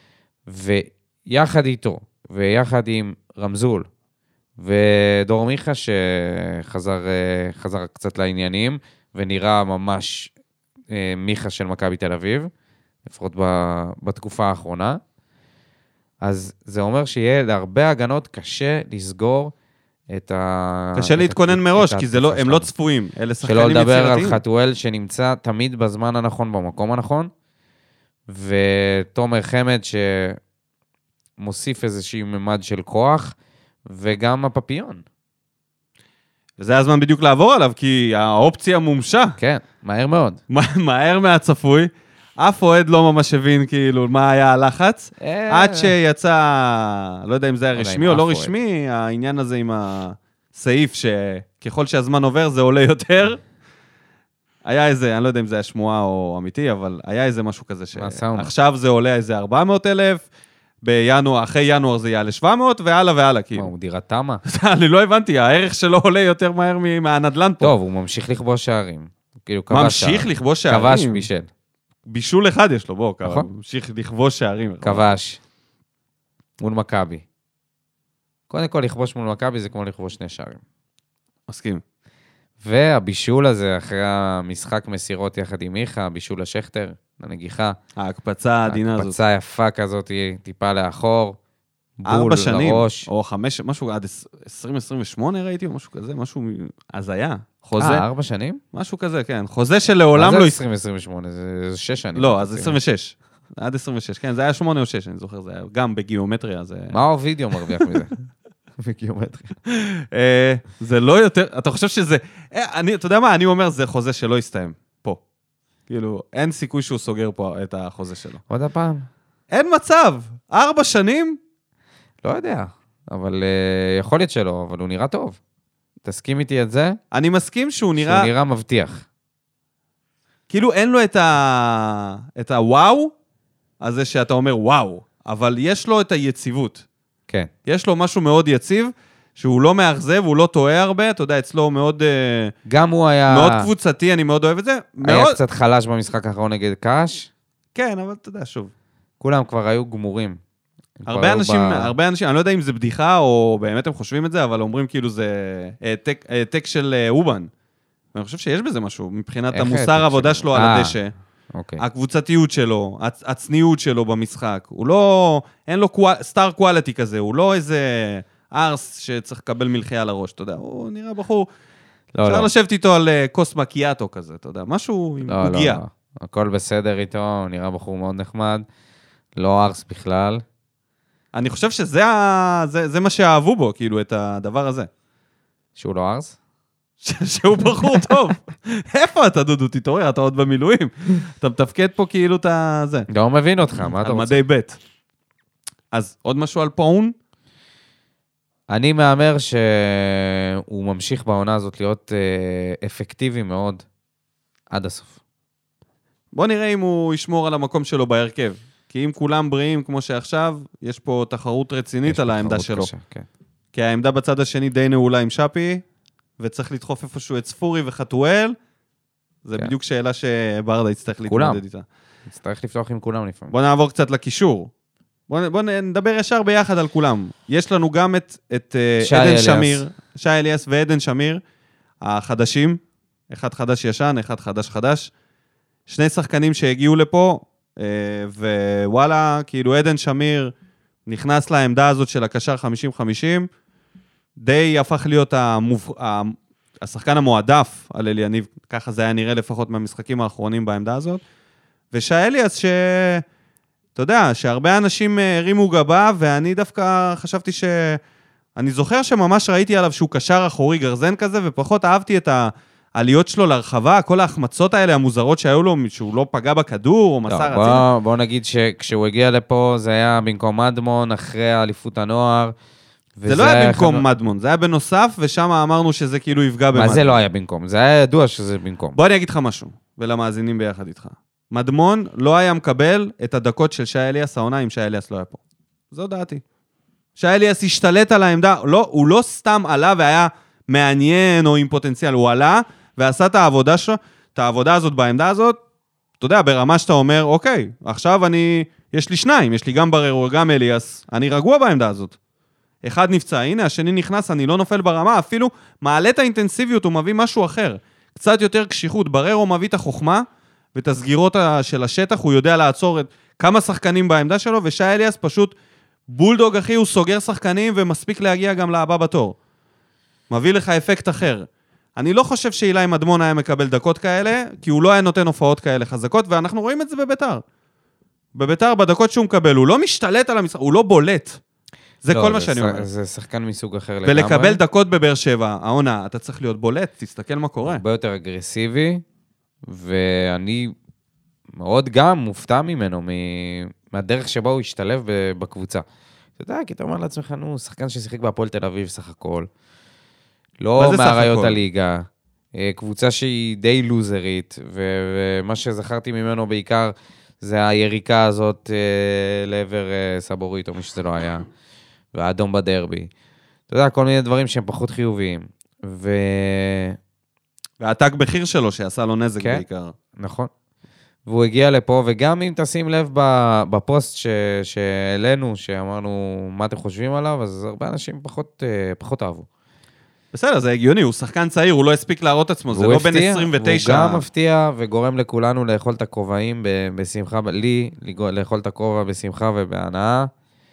ויחד איתו, ויחד עם רמזול, ודור מיכה שחזר חזר קצת לעניינים, ונראה ממש מיכה של מכבי תל אביב, לפחות בתקופה האחרונה, אז זה אומר שיהיה להרבה הגנות קשה לסגור את ה... קשה להתכונן מראש, כי הם לא צפויים, אלה שחקנים יצירתיים. שלא יצירתיים. לדבר על חתואל שנמצא תמיד בזמן הנכון, במקום הנכון, ותומר חמד שמוסיף איזושהי ממד של כוח, וגם הפפיון. וזה הזמן בדיוק לעבור עליו, כי האופציה מומשה. כן, מהר מאוד. מהר מהצפוי. אף אוהד לא ממש הבין כאילו מה היה הלחץ, עד שיצא, לא יודע אם זה היה רשמי או לא רשמי, העניין הזה עם הסעיף שככל שהזמן עובר זה עולה יותר. היה איזה, אני לא יודע אם זה היה שמועה או אמיתי, אבל היה איזה משהו כזה שעכשיו זה עולה איזה ארבע מאות אלף, בינואר, אחרי ינואר זה יעלה שבע מאות, והלאה והלאה, כאילו. הוא דירת תמה. אני לא הבנתי, הערך שלו עולה יותר מהר מהנדלן פה. טוב, הוא ממשיך לכבוש שערים. ממשיך לכבוש שערים. כבש בישל. בישול אחד יש לו, בוא, ממשיך לכבוש שערים. כבש. מול מכבי. קודם כל, לכבוש מול מכבי זה כמו לכבוש שני שערים. מסכים. והבישול הזה, אחרי המשחק מסירות יחד עם מיכה, בישול השכתר, הנגיחה. ההקפצה העדינה הזאת. ההקפצה יפה כזאת, טיפה לאחור, בול ארבע שנים, לראש. או חמש, משהו עד עשרים עשרים ושמונה ראיתי, או משהו כזה, משהו הזיה. חוזה. אה, ארבע שנים? משהו כזה, כן. חוזה שלעולם לא... מה זה עשרים עשרים ושמונה? זה שש שנים. לא, אז עשרים ושש. עד עשרים ושש, כן, זה היה שמונה או שש, אני זוכר, זה היה גם בגיאומטריה. מה הווידאו מרוויח מזה? בגיאומטריה. זה לא יותר, אתה חושב שזה... אתה יודע מה, אני אומר, זה חוזה שלא יסתיים. פה. כאילו, אין סיכוי שהוא סוגר פה את החוזה שלו. עוד הפעם. אין מצב. ארבע שנים? לא יודע, אבל יכול להיות שלא, אבל הוא נראה טוב. תסכים איתי את זה? אני מסכים שהוא נראה... שהוא נראה מבטיח. כאילו אין לו את ה... את הוואו, הזה שאתה אומר וואו, אבל יש לו את היציבות. כן. יש לו משהו מאוד יציב, שהוא לא מאכזב, הוא לא טועה הרבה, אתה יודע, אצלו מאוד... גם הוא היה... מאוד קבוצתי, אני מאוד אוהב את זה. היה מאוד... קצת חלש במשחק האחרון נגד קאש. כן, אבל אתה יודע, שוב. כולם כבר היו גמורים. הרבה אנשים, ב... הרבה אנשים, אני לא יודע אם זה בדיחה או באמת הם חושבים את זה, אבל אומרים כאילו זה העתק, העתק של אובן. ואני חושב שיש בזה משהו, מבחינת המוסר העבודה שלו על הדשא. אוקיי. הקבוצתיות שלו, הצ... הצניעות שלו במשחק. הוא לא, אין לו סטאר קואליטי כזה, הוא לא איזה ארס שצריך לקבל מלחייה על הראש, אתה יודע, הוא נראה בחור, לא, אפשר לא. לשבת איתו על כוס מקיאטו כזה, אתה יודע, משהו עם לא, הגיע. לא, לא. הכל בסדר איתו, הוא נראה בחור מאוד נחמד, לא ארס בכלל. אני חושב שזה ה... זה, זה מה שאהבו בו, כאילו, את הדבר הזה. שהוא לא ארס? שהוא בחור טוב. איפה אתה, דודו? תתעורר, אתה עוד במילואים. אתה מתפקד פה כאילו את זה. לא מבין אותך, מה אתה רוצה? על מדי בית. אז עוד משהו על פאון? אני מאמר שהוא ממשיך בעונה הזאת להיות אפקטיבי מאוד עד הסוף. בוא נראה אם הוא ישמור על המקום שלו בהרכב. כי אם כולם בריאים כמו שעכשיו, יש פה תחרות רצינית על העמדה שלו. קשה, כן. כי העמדה בצד השני די נעולה עם שפי, וצריך לדחוף איפשהו את ספורי וחתואל, זה כן. בדיוק שאלה שברדה יצטרך להתמודד איתה. נצטרך לפתוח עם כולם לפעמים. בוא נעבור קצת לקישור. בוא, בוא נדבר ישר ביחד על כולם. יש לנו גם את, את uh, עדן אליאס. שמיר, שי אליאס ועדן שמיר, החדשים, אחד חדש ישן, אחד חדש חדש. שני שחקנים שהגיעו לפה, uh, ווואלה, כאילו עדן שמיר נכנס לעמדה הזאת של הקשר חמישים חמישים, די הפך להיות המוב... השחקן המועדף על אליניב, ככה זה היה נראה לפחות מהמשחקים האחרונים בעמדה הזאת. ושי אליאס ש... אתה יודע, שהרבה אנשים הרימו גבה, ואני דווקא חשבתי ש... אני זוכר שממש ראיתי עליו שהוא קשר אחורי גרזן כזה, ופחות אהבתי את העליות שלו לרחבה, כל ההחמצות האלה המוזרות שהיו לו, שהוא לא פגע בכדור, או מסר לא, רציני. בוא, בוא נגיד שכשהוא הגיע לפה, זה היה במקום מדמון, אחרי האליפות הנוער. זה לא היה במקום אחד... מדמון, זה היה בנוסף, ושם אמרנו שזה כאילו יפגע במדמון. מה זה לא היה במקום? זה היה ידוע שזה במקום. בוא אני אגיד לך משהו, ולמאזינים ביחד איתך. מדמון לא היה מקבל את הדקות של שי אליאס העונה, אם שי אליאס לא היה פה. זו דעתי. שי אליאס השתלט על העמדה, לא, הוא לא סתם עלה והיה מעניין או עם פוטנציאל, הוא עלה ועשה את העבודה שלו, את העבודה הזאת בעמדה הזאת, אתה יודע, ברמה שאתה אומר, אוקיי, עכשיו אני, יש לי שניים, יש לי גם בררו, גם אליאס, אני רגוע בעמדה הזאת. אחד נפצע, הנה, השני נכנס, אני לא נופל ברמה, אפילו מעלה את האינטנסיביות, הוא מביא משהו אחר. קצת יותר קשיחות, בררו מביא את החוכמה, ואת הסגירות של השטח, הוא יודע לעצור את כמה שחקנים בעמדה שלו, ושי אליאס פשוט בולדוג, אחי, הוא סוגר שחקנים, ומספיק להגיע גם להבא בתור. מביא לך אפקט אחר. אני לא חושב שאילי מדמון היה מקבל דקות כאלה, כי הוא לא היה נותן הופעות כאלה חזקות, ואנחנו רואים את זה בביתר. בביתר, בדקות שהוא מקבל, הוא לא משתלט על המשחק, הוא לא בולט. זה לא, כל מה זה שאני ש... אומר. זה שחקן מסוג אחר לגמרי. ולקבל דקות בבאר שבע, העונה, אתה צריך להיות בולט, תסתכל מה קורה. הרבה יותר אגרסיבי, ואני מאוד גם מופתע ממנו, מהדרך שבה הוא השתלב בקבוצה. אתה יודע, כי אתה אומר לעצמך, נו, שחקן ששיחק בהפועל תל אביב סך הכל, לא מהראיות הליגה, קבוצה שהיא די לוזרית, ומה שזכרתי ממנו בעיקר, זה היריקה הזאת לעבר סבורית, או מי שזה לא היה, והאדום בדרבי. אתה יודע, כל מיני דברים שהם פחות חיוביים. ו... והעתק בחיר שלו שעשה לו נזק כן? בעיקר. נכון. והוא הגיע לפה, וגם אם תשים לב בפוסט ש... שאלינו, שאמרנו מה אתם חושבים עליו, אז הרבה אנשים פחות, פחות אהבו. בסדר, זה הגיוני, הוא שחקן צעיר, הוא לא הספיק להראות עצמו, זה לא בין עשרים ותשע. הוא גם מפתיע וגורם לכולנו לאכול את הכובעים בשמחה, לי לאכול את הכובע בשמחה ובהנאה.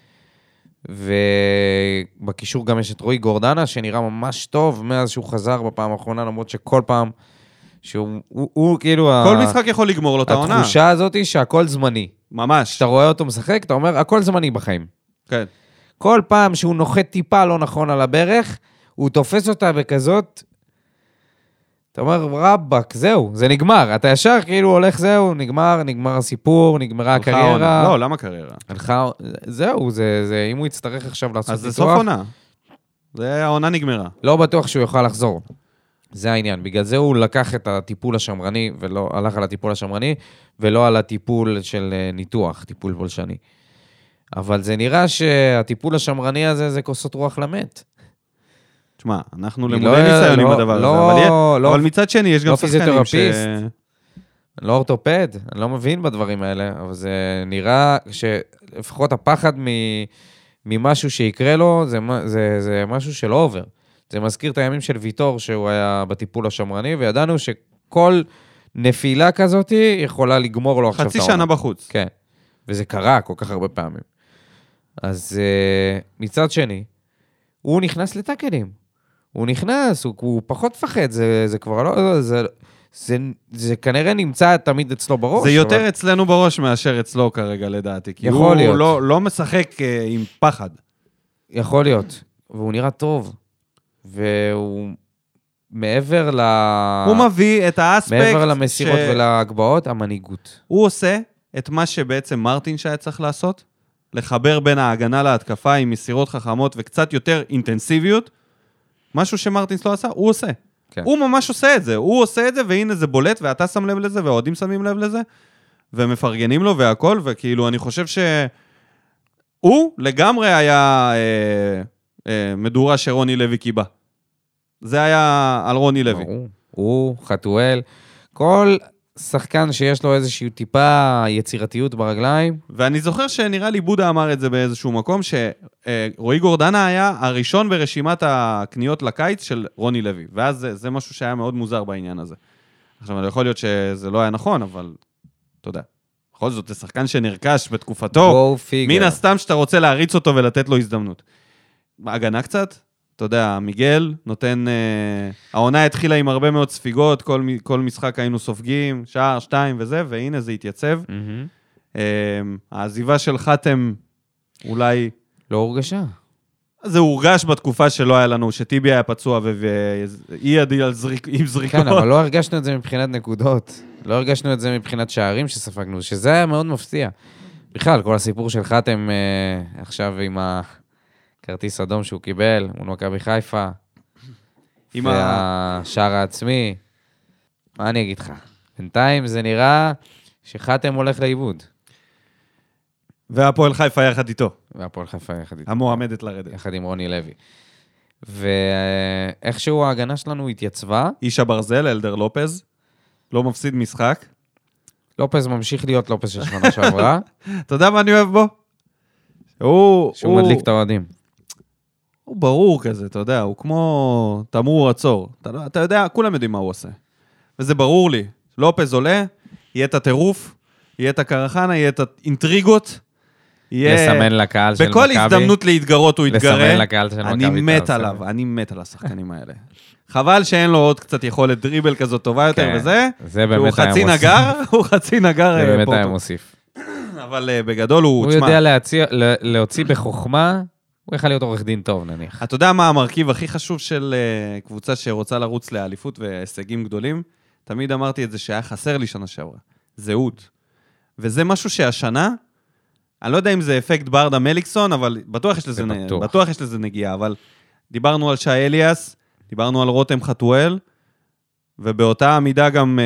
ובקישור גם יש את רועי גורדנה, שנראה ממש טוב מאז שהוא חזר בפעם האחרונה, למרות שכל פעם שהוא הוא, הוא, כאילו... כל ה... משחק יכול לגמור לו את העונה. התחושה הזאת היא שהכל זמני. ממש. כשאתה רואה אותו משחק, אתה אומר, הכל זמני בחיים. כן. כל פעם שהוא נוחת טיפה לא נכון על הברך, הוא תופס אותה בכזאת, אתה אומר, רבק, זהו, זה נגמר. אתה ישר כאילו הולך, זהו, נגמר, נגמר הסיפור, נגמרה הקריירה. לא, למה קריירה? הלכה, זהו, זה, זה, אם הוא יצטרך עכשיו לעשות אז זה סוף עונה. זה העונה נגמרה. לא בטוח שהוא יוכל לחזור. זה העניין. בגלל זה הוא לקח את הטיפול השמרני, ולא הלך על הטיפול השמרני, ולא על הטיפול של ניתוח, טיפול בולשני. אבל זה נראה שהטיפול השמרני הזה, זה כוסות רוח למת. תשמע, אנחנו למודי ניסיון עם הדבר הזה, אבל מצד שני יש גם שחקנים ש... לא אורתופד, אני לא מבין בדברים האלה, אבל זה נראה שלפחות הפחד ממשהו שיקרה לו, זה משהו שלא עובר. זה מזכיר את הימים של ויטור, שהוא היה בטיפול השמרני, וידענו שכל נפילה כזאת יכולה לגמור לו עכשיו את העונה. חצי שנה בחוץ. כן, וזה קרה כל כך הרבה פעמים. אז מצד שני, הוא נכנס לטאקלים. הוא נכנס, הוא, הוא פחות פחד, זה, זה כבר לא, זה, זה, זה כנראה נמצא תמיד אצלו בראש. זה יותר אבל... אצלנו בראש מאשר אצלו כרגע לדעתי, כי יכול הוא להיות. לא, לא משחק uh, עם פחד. יכול להיות, והוא נראה טוב, והוא מעבר ל... הוא מביא את האספקט... מעבר למסירות ש... ולהגבעות, המנהיגות. הוא עושה את מה שבעצם מרטין שהיה צריך לעשות, לחבר בין ההגנה להתקפה עם מסירות חכמות וקצת יותר אינטנסיביות, משהו שמרטינס לא עשה, הוא עושה. כן. הוא ממש עושה את זה, הוא עושה את זה, והנה זה בולט, ואתה שם לב לזה, והעודים שמים לב לזה, ומפרגנים לו והכל, וכאילו אני חושב שהוא לגמרי היה אה, אה, מדורה שרוני לוי קיבה. זה היה על רוני לוי. הוא, הוא חתואל, כל שחקן שיש לו איזושהי טיפה יצירתיות ברגליים. ואני זוכר שנראה לי בודה אמר את זה באיזשהו מקום, שרועי גורדנה היה הראשון ברשימת הקניות לקיץ של רוני לוי, ואז זה, זה משהו שהיה מאוד מוזר בעניין הזה. עכשיו, יכול להיות שזה לא היה נכון, אבל אתה יודע, בכל זאת, זה שחקן שנרכש בתקופתו, מן הסתם שאתה רוצה להריץ אותו ולתת לו הזדמנות. הגנה קצת? אתה יודע, מיגל נותן, אה, העונה התחילה עם הרבה מאוד ספיגות, כל, כל משחק היינו סופגים, שער, שתיים וזה, והנה זה התייצב. Mm-hmm. אה, העזיבה של חתם אולי... לא הורגשה. זה הורגש בתקופה שלא היה לנו, שטיבי היה פצוע ואי ידי על זריק, עם זריקות. כן, אבל לא הרגשנו את זה מבחינת נקודות. לא הרגשנו את זה מבחינת שערים שספגנו, שזה היה מאוד מפתיע. בכלל, כל הסיפור של חתם אה, עכשיו עם ה... כרטיס אדום שהוא קיבל, מול מכבי חיפה, והשער העצמי. מה אני אגיד לך? בינתיים זה נראה שחתם הולך לאיבוד. והפועל חיפה יחד איתו. והפועל חיפה יחד איתו. המועמדת לרדת. יחד עם רוני לוי. ואיכשהו ההגנה שלנו התייצבה. איש הברזל, אלדר לופז, לא מפסיד משחק. לופז ממשיך להיות לופז של שנה שעברה. אתה יודע מה אני אוהב בו? הוא... שהוא מדליק את האוהדים. הוא ברור כזה, אתה יודע, הוא כמו תמרור עצור. אתה, אתה יודע, כולם יודעים מה הוא עושה. וזה ברור לי. לופז עולה, יהיה את הטירוף, יהיה את הקרחנה, יהיה את האינטריגות. לסמן לקהל של מכבי. בכל הזדמנות להתגרות הוא יתגרה. לסמן לקהל של מכבי. אני מת עליו, אני מת על השחקנים האלה. חבל שאין לו עוד קצת יכולת דריבל כזאת טובה יותר, וזה. זה באמת היה מוסיף. הוא חצי נגר, הוא חצי נגר. זה באמת היה מוסיף. אבל בגדול הוא... הוא יודע להוציא בחוכמה, הוא יכול להיות עורך דין טוב, נניח. אתה יודע מה המרכיב הכי חשוב של קבוצה שרוצה לרוץ לאליפות והישגים גדולים? תמיד אמרתי את זה שהיה חסר לי שנה שעברה. זהות. וזה משהו שהשנה, אני לא יודע אם זה אפקט ברדה מליקסון, אבל בטוח יש לזה, בטוח. בטוח יש לזה נגיעה, אבל דיברנו על שי אליאס, דיברנו על רותם חתואל, ובאותה עמידה גם...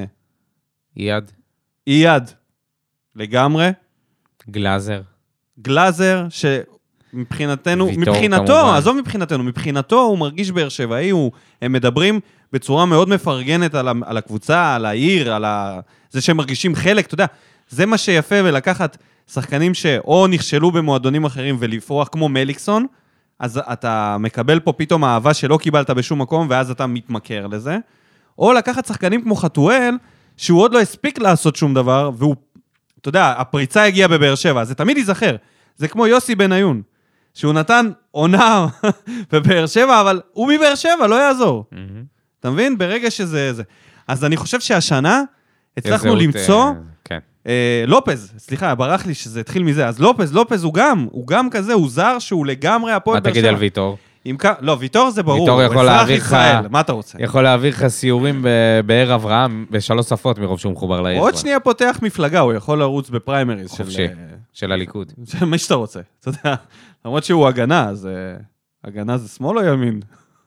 אייד. אייד. לגמרי. גלאזר. גלאזר, ש... מבחינתנו, מבחינתו, עזוב מבחינתנו, מבחינתו הוא מרגיש באר שבעי, הם מדברים בצורה מאוד מפרגנת על, על הקבוצה, על העיר, על ה... זה שהם מרגישים חלק, אתה יודע, זה מה שיפה ולקחת שחקנים שאו נכשלו במועדונים אחרים ולפרוח כמו מליקסון, אז אתה מקבל פה פתאום אהבה שלא קיבלת בשום מקום, ואז אתה מתמכר לזה, או לקחת שחקנים כמו חתואל, שהוא עוד לא הספיק לעשות שום דבר, והוא, אתה יודע, הפריצה הגיעה בבאר שבע, זה תמיד ייזכר, זה כמו יוסי בניון, שהוא נתן עונה בבאר שבע, אבל הוא מבאר שבע, לא יעזור. אתה מבין? ברגע שזה... זה. אז אני חושב שהשנה הצלחנו למצוא... כן. לופז, סליחה, ברח לי שזה התחיל מזה, אז לופז, לופז הוא גם, הוא גם כזה, הוא זר שהוא לגמרי הפועל באר שבע. מה תגיד על ויטור? לא, ויטור זה ברור, ויטור יכול להעביר לך... מה אתה רוצה? יכול להעביר לך סיורים באר אברהם בשלוש שפות מרוב שהוא מחובר לעיר. עוד שנייה פותח מפלגה, הוא יכול לרוץ בפריימריז של... של הליכוד. של מי שאתה רוצה. אתה יודע, למרות שהוא הגנה, אז הגנה זה שמאל או ימין?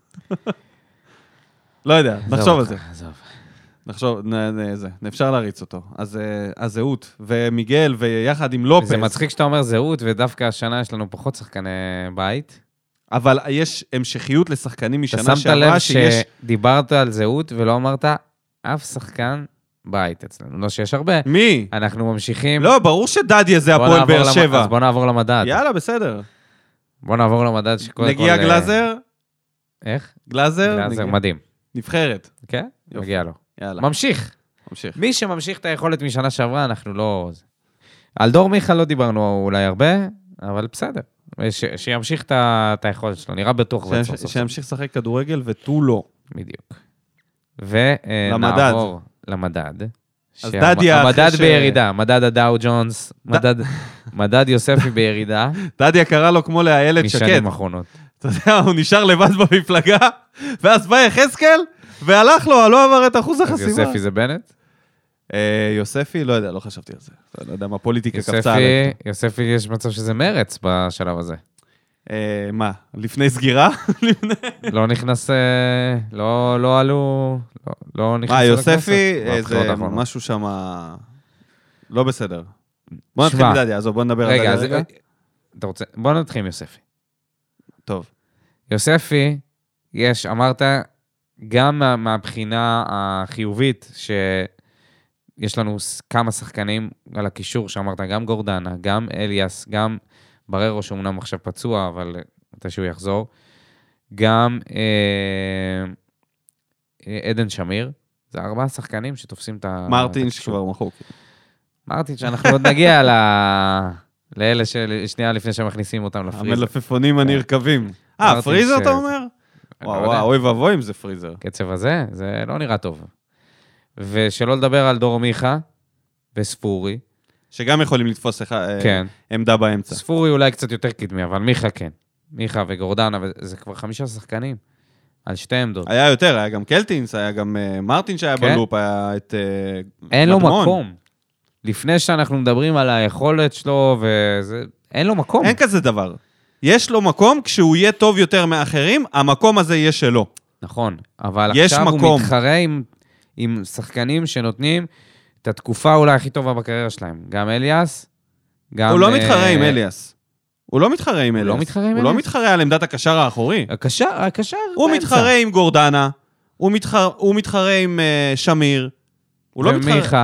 לא יודע, נחשוב על זה. נחשוב, זה, אפשר להריץ אותו. אז הזהות, ומיגל, ויחד עם לופס. זה מצחיק שאתה אומר זהות, ודווקא השנה יש לנו פחות שחקני בית. אבל יש המשכיות לשחקנים משנה שעברה שיש... אתה שמת לב שדיברת על זהות, ולא אמרת אף שחקן בית אצלנו. לא שיש הרבה. מי? אנחנו ממשיכים... לא, ברור שדדיה זה הפועל באר שבע. אז בוא נעבור למדד. יאללה, בסדר. בוא נעבור למדד שקודם כל... נגיע גלאזר? איך? גלאזר? גלאזר, מדהים. נבחרת. כן? מגיע לו. יאללה. ממשיך. ממשיך. מי שממשיך את היכולת משנה שעברה, אנחנו לא... על דור מיכה לא דיברנו אולי הרבה, אבל בסדר. ש... שימשיך את היכולת שלו, נראה בטוח. ש... שימשיך לשחק כדורגל ותו לא. בדיוק. ונעבור למדד. אז דדיה... המדד בירידה, מדד הדאו ג'ונס, מדד יוספי בירידה. דדיה קרא לו כמו להילד שקט. משנים אחרונות. אתה יודע, הוא נשאר לבד במפלגה, ואז בא יחזקאל, והלך לו, לא עבר את אחוז החסימה. אז יוספי זה בנט? יוספי, לא יודע, לא חשבתי על זה. לא יודע מה פוליטיקה קפצה עליו. יוספי, יש מצב שזה מרץ בשלב הזה. מה, לפני סגירה? לא נכנס, לא עלו, לא נכנס... מה, יוספי, זה משהו שם לא בסדר. בוא נתחיל מדדיה, אז בוא נדבר על דדיה רגע. אתה רוצה, בוא נתחיל עם יוספי. טוב. יוספי, יש, אמרת, גם מהבחינה החיובית, יש לנו כמה שחקנים על הקישור, שאמרת, גם גורדנה, גם אליאס, גם בררו, שאומנם עכשיו פצוע, אבל מתי שהוא יחזור, גם אה, עדן שמיר, זה ארבעה שחקנים שתופסים את ה... מרטין שכבר מחוק. מרטין, שאנחנו עוד נגיע ל... לאלה ששנייה לפני שמכניסים אותם לפריזר. המלפפונים הנרכבים. אה, פריזר אתה אומר? וואו, וואו, אוי ואבוי אם זה פריזר. קצב הזה, זה לא נראה טוב. ושלא לדבר על דור מיכה וספורי. שגם יכולים לתפוס כן. עמדה באמצע. ספורי אולי קצת יותר קדמי, אבל מיכה כן. מיכה וגורדנה, זה כבר חמישה שחקנים. על שתי עמדות. היה יותר, היה גם קלטינס, היה גם uh, מרטין שהיה כן? בלופ, היה את... Uh, אין לו מקום. לפני שאנחנו מדברים על היכולת שלו, וזה... אין לו מקום. אין כזה דבר. יש לו מקום, כשהוא יהיה טוב יותר מאחרים, המקום הזה יהיה שלו. נכון, אבל עכשיו מקום. הוא מתחרה עם, עם שחקנים שנותנים את התקופה אולי הכי טובה בקריירה שלהם. גם אליאס, גם... הוא לא מתחרה עם אליאס. הוא לא מתחרה עם אליאס. הוא לא מתחרה עם אליאס. הוא לא מתחרה על עמדת הקשר האחורי. הקשר, הקשר הוא באמצע. מתחרה עם גורדנה, הוא מתחרה, הוא מתחרה עם uh, שמיר. הוא לא מתחרה... ומיכה.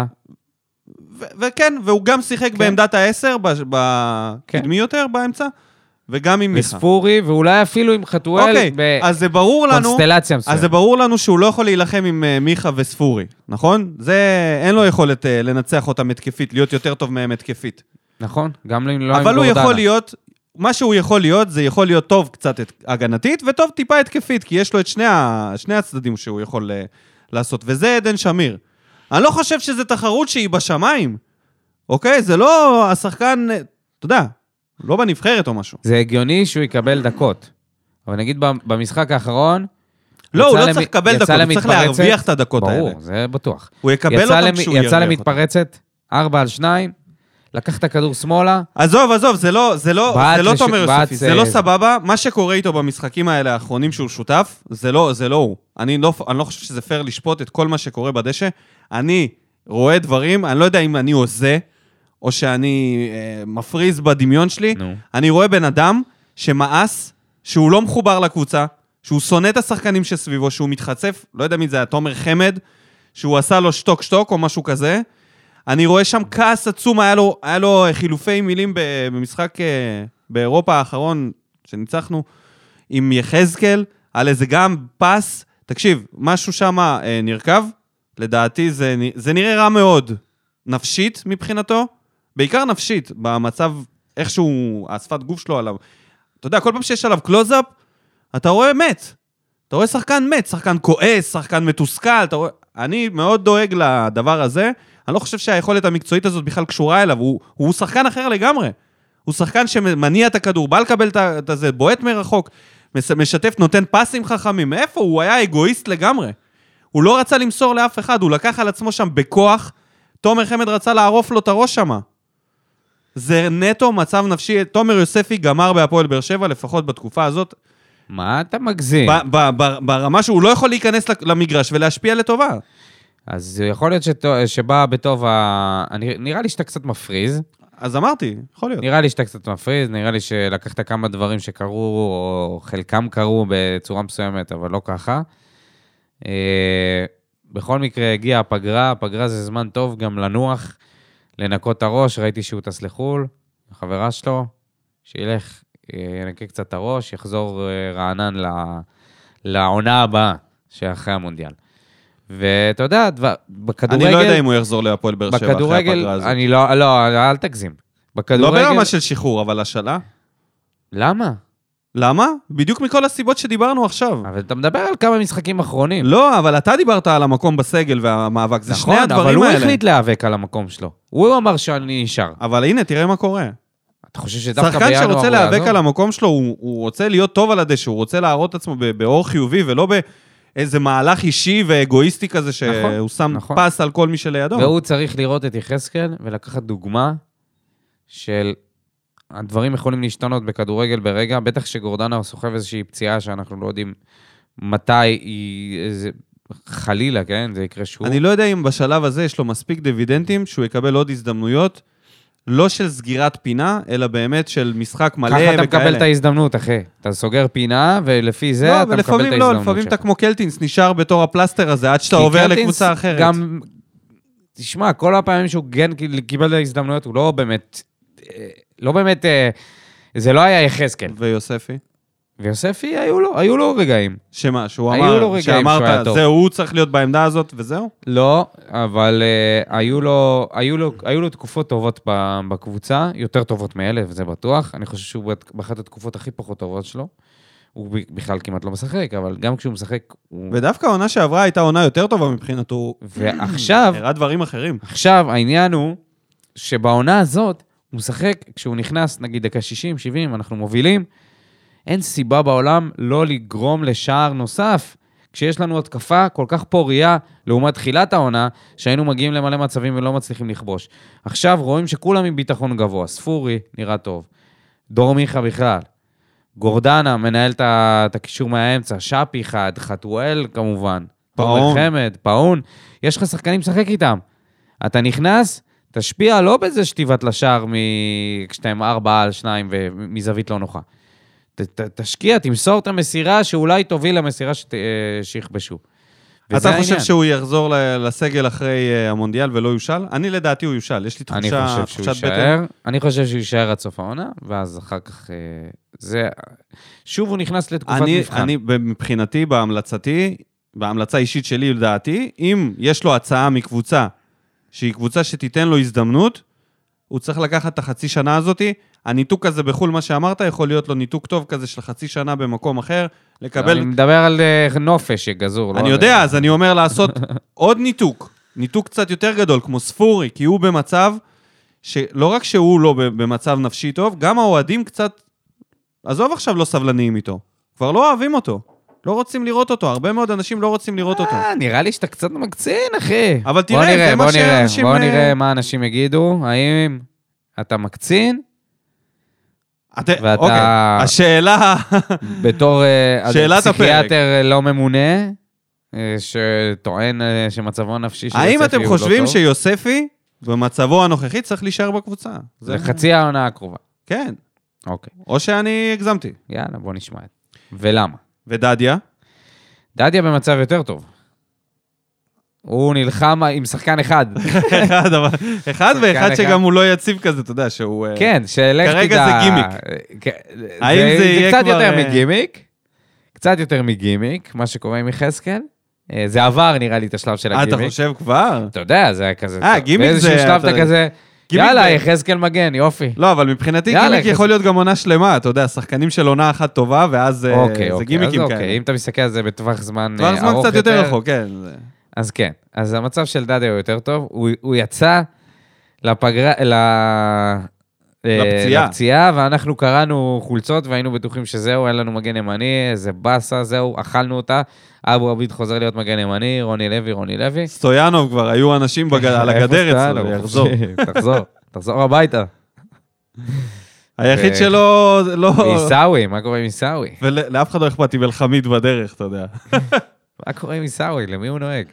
וכן, והוא גם שיחק כן. בעמדת העשר, בקדמי כן. יותר באמצע, וגם עם מיכה. וספורי, ואולי אפילו עם חתואל, אוקיי, אז זה ברור לנו, קונסטלציה מסוימת. אז זה ברור לנו שהוא לא יכול להילחם עם uh, מיכה וספורי, נכון? זה, אין לו יכולת uh, לנצח אותם התקפית, להיות יותר טוב מהם התקפית. נכון, גם לא עם גורדנה. אבל הוא יכול להיות... מה שהוא יכול להיות, זה יכול להיות טוב קצת הגנתית, וטוב טיפה התקפית, כי יש לו את שני, ה... שני הצדדים שהוא יכול uh, לעשות, וזה עדן שמיר. אני לא חושב שזה תחרות שהיא בשמיים, אוקיי? זה לא השחקן, אתה יודע, לא בנבחרת או משהו. זה הגיוני שהוא יקבל דקות, אבל נגיד במשחק האחרון... לא, הוא לא צריך לקבל דקות, הוא צריך להרוויח את הדקות האלה. ברור, זה בטוח. הוא יקבל אותם כשהוא ירוויח אותם. יצא למתפרצת, ארבע על שניים, לקח את הכדור שמאלה. עזוב, עזוב, זה לא, זה לא, זה לא תומר יוספי, זה לא סבבה. מה שקורה איתו במשחקים האלה האחרונים שהוא שותף, זה לא, זה לא הוא. אני לא, אני לא חושב שזה פייר לשפוט את כל מה שקורה בדשא. אני רואה דברים, אני לא יודע אם אני עושה, או שאני אה, מפריז בדמיון שלי. No. אני רואה בן אדם שמאס, שהוא לא מחובר לקבוצה, שהוא שונא את השחקנים שסביבו, שהוא מתחצף, לא יודע מי זה היה, תומר חמד, שהוא עשה לו שטוק שטוק או משהו כזה. אני רואה שם כעס עצום, היה לו, היה לו חילופי מילים במשחק באירופה האחרון, שניצחנו עם יחזקאל, על איזה גם פס, תקשיב, משהו שם אה, נרכב, לדעתי זה, זה נראה רע מאוד, נפשית מבחינתו, בעיקר נפשית, במצב, איכשהו, השפת גוף שלו עליו, אתה יודע, כל פעם שיש עליו קלוזאפ, אתה רואה מת, אתה רואה שחקן מת, שחקן כועס, שחקן מתוסכל, אתה רואה, אני מאוד דואג לדבר הזה, אני לא חושב שהיכולת המקצועית הזאת בכלל קשורה אליו, הוא, הוא שחקן אחר לגמרי. הוא שחקן שמניע את הכדור, בא לקבל את זה, בועט מרחוק, משתף, נותן פסים חכמים. איפה? הוא היה אגואיסט לגמרי. הוא לא רצה למסור לאף אחד, הוא לקח על עצמו שם בכוח, תומר חמד רצה לערוף לו את הראש שם. זה נטו מצב נפשי, תומר יוספי גמר בהפועל באר שבע, לפחות בתקופה הזאת. מה אתה מגזים? ב- ב- ב- ברמה שהוא לא יכול להיכנס למגרש ולהשפיע לטובה. אז יכול להיות שבא בטוב, נראה לי שאתה קצת מפריז. אז אמרתי, יכול להיות. נראה לי שאתה קצת מפריז, נראה לי שלקחת כמה דברים שקרו, או חלקם קרו בצורה מסוימת, אבל לא ככה. בכל מקרה הגיעה הפגרה, הפגרה זה זמן טוב גם לנוח, לנקות את הראש, ראיתי שהוא טס לחול, החברה שלו, שילך, ינקה קצת את הראש, יחזור רענן לעונה הבאה, שאחרי המונדיאל. ואתה יודע, בכדורגל... אני לא יודע אם הוא יחזור להפועל באר שבע אחרי הפגרה הזאת. אני לא, לא, אל תגזים. לא ברמה של שחרור, אבל השאלה. למה? למה? בדיוק מכל הסיבות שדיברנו עכשיו. אבל אתה מדבר על כמה משחקים אחרונים. לא, אבל אתה דיברת על המקום בסגל והמאבק. זה שני הדברים האלה. אבל הוא החליט להיאבק על המקום שלו. הוא אמר שאני נשאר. אבל הנה, תראה מה קורה. אתה חושב שדווקא בינואר... שחקן שרוצה להיאבק על המקום שלו, הוא רוצה להיות טוב על הדשא, הוא רוצה להראות עצמו באור חיובי ולא ב... איזה מהלך אישי ואגואיסטי כזה, שהוא שם פס על כל מי שלידו. והוא צריך לראות את יחזקאל, ולקחת דוגמה של הדברים יכולים להשתנות בכדורגל ברגע, בטח שגורדנה סוחב איזושהי פציעה, שאנחנו לא יודעים מתי היא, איזה, חלילה, כן? זה יקרה שוב. אני לא יודע אם בשלב הזה יש לו מספיק דיבידנטים, שהוא יקבל עוד הזדמנויות, לא של סגירת פינה, אלא באמת של משחק מלא וכאלה. ככה אתה מקבל את ההזדמנות, אחי. אתה סוגר פינה, ולפי זה אתה מקבל את ההזדמנות שלך. לא, לפעמים אתה כמו קלטינס, נשאר בתור הפלסטר הזה, עד שאתה עובר לקבוצה אחרת. גם תשמע, כל הפעמים שהוא גן קיבל את ההזדמנויות, הוא לא באמת, לא באמת, זה לא היה יחזקאל. ויוספי? ויוספי, היו לו, היו לו רגעים. שמה, שהוא אמר, שאמרת, זהו, הוא צריך להיות בעמדה הזאת וזהו? לא, אבל uh, היו, לו, היו, לו, היו לו תקופות טובות בקבוצה, יותר טובות מאלה, וזה בטוח. אני חושב שהוא באחת התקופות הכי פחות טובות שלו. הוא בכלל כמעט לא משחק, אבל גם כשהוא משחק... הוא... ודווקא העונה שעברה הייתה עונה יותר טובה מבחינתו. ועכשיו... הראה דברים אחרים. עכשיו, העניין הוא שבעונה הזאת, הוא משחק, כשהוא נכנס, נגיד דקה שישים, שבעים, אנחנו מובילים, אין סיבה בעולם לא לגרום לשער נוסף, כשיש לנו התקפה כל כך פוריה, לעומת תחילת העונה, שהיינו מגיעים למלא מצבים ולא מצליחים לכבוש. עכשיו רואים שכולם עם ביטחון גבוה, ספורי נראה טוב, דור מיכה בכלל, גורדנה מנהל את הקישור מהאמצע, שפי אחד, חתואל כמובן, פאון, חמד, פאון, יש לך שחקנים לשחק איתם. אתה נכנס, תשפיע לא בזה שתיבת לשער כשאתם ארבעה על שניים ומזווית לא נוחה. ת, תשקיע, תמסור את המסירה שאולי תוביל למסירה שיכבשו. אתה חושב שהוא יחזור לסגל אחרי המונדיאל ולא יושל? אני לדעתי הוא יושל, יש לי תחושה, תחושת בטן. אני חושב שהוא יישאר עד סוף העונה, ואז אחר כך זה... שוב הוא נכנס לתקופת אני, מבחן. אני, מבחינתי, בהמלצתי, בהמלצה אישית שלי לדעתי, אם יש לו הצעה מקבוצה, שהיא קבוצה שתיתן לו הזדמנות, הוא צריך לקחת את החצי שנה הזאת, הניתוק הזה בחול מה שאמרת, יכול להיות לו ניתוק טוב כזה של חצי שנה במקום אחר, לקבל... אני מדבר על נופש גזור. אני יודע, אז אני אומר לעשות עוד ניתוק, ניתוק קצת יותר גדול, כמו ספורי, כי הוא במצב, שלא רק שהוא לא במצב נפשי טוב, גם האוהדים קצת, עזוב עכשיו לא סבלניים איתו, כבר לא אוהבים אותו, לא רוצים לראות אותו, הרבה מאוד אנשים לא רוצים לראות אותו. נראה לי שאתה קצת מקצין, אחי. אבל תראה, זה מה שאנשים... בוא נראה מה אנשים יגידו, האם אתה מקצין? אוקיי, השאלה... בתור פסיכיאטר לא ממונה, שטוען שמצבו נפשי של יוספי הוא לא טוב. האם אתם חושבים שיוספי, במצבו הנוכחי, צריך להישאר בקבוצה? לחצי העונה הקרובה. כן. אוקיי. או שאני הגזמתי. יאללה, בוא נשמע. ולמה? ודדיה? דדיה במצב יותר טוב. הוא נלחם עם שחקן אחד. אחד, אבל... אחד ואחד שגם הוא לא יציב כזה, אתה יודע, שהוא... כן, שלך תדע... כרגע זה גימיק. האם זה יהיה כבר... קצת יותר מגימיק. קצת יותר מגימיק, מה שקורה עם יחזקאל. זה עבר, נראה לי, את השלב של הגימיק. אתה חושב כבר? אתה יודע, זה היה כזה... אה, גימיק זה... באיזשהו שלב אתה כזה... יאללה, יחזקאל מגן, יופי. לא, אבל מבחינתי גימיק יכול להיות גם עונה שלמה, אתה יודע, שחקנים של עונה אחת טובה, ואז זה גימיקים כאלה. אם אתה מסתכל על זה בטווח זמן ארוך יותר... טווח זמן קצת יותר רחוק, כן. אז כן, אז המצב של דדיה הוא יותר טוב, הוא, הוא יצא לפגרה, ל... לפציעה. לפציעה, ואנחנו קראנו חולצות והיינו בטוחים שזהו, אין לנו מגן ימני, זה בסה, זהו, אכלנו אותה, אבו עביד חוזר להיות מגן ימני, רוני לוי, רוני לוי. סטויאנוב כבר, היו אנשים בג... על הגדר אצלו, יחזור. תחזור, תחזור הביתה. היחיד שלו... לא... איסאווי, מה קורה עם איסאווי? ולאף אחד לא אכפת עם אלחמיד בדרך, אתה יודע. מה קורה עם איסאווי? למי הוא נוהג?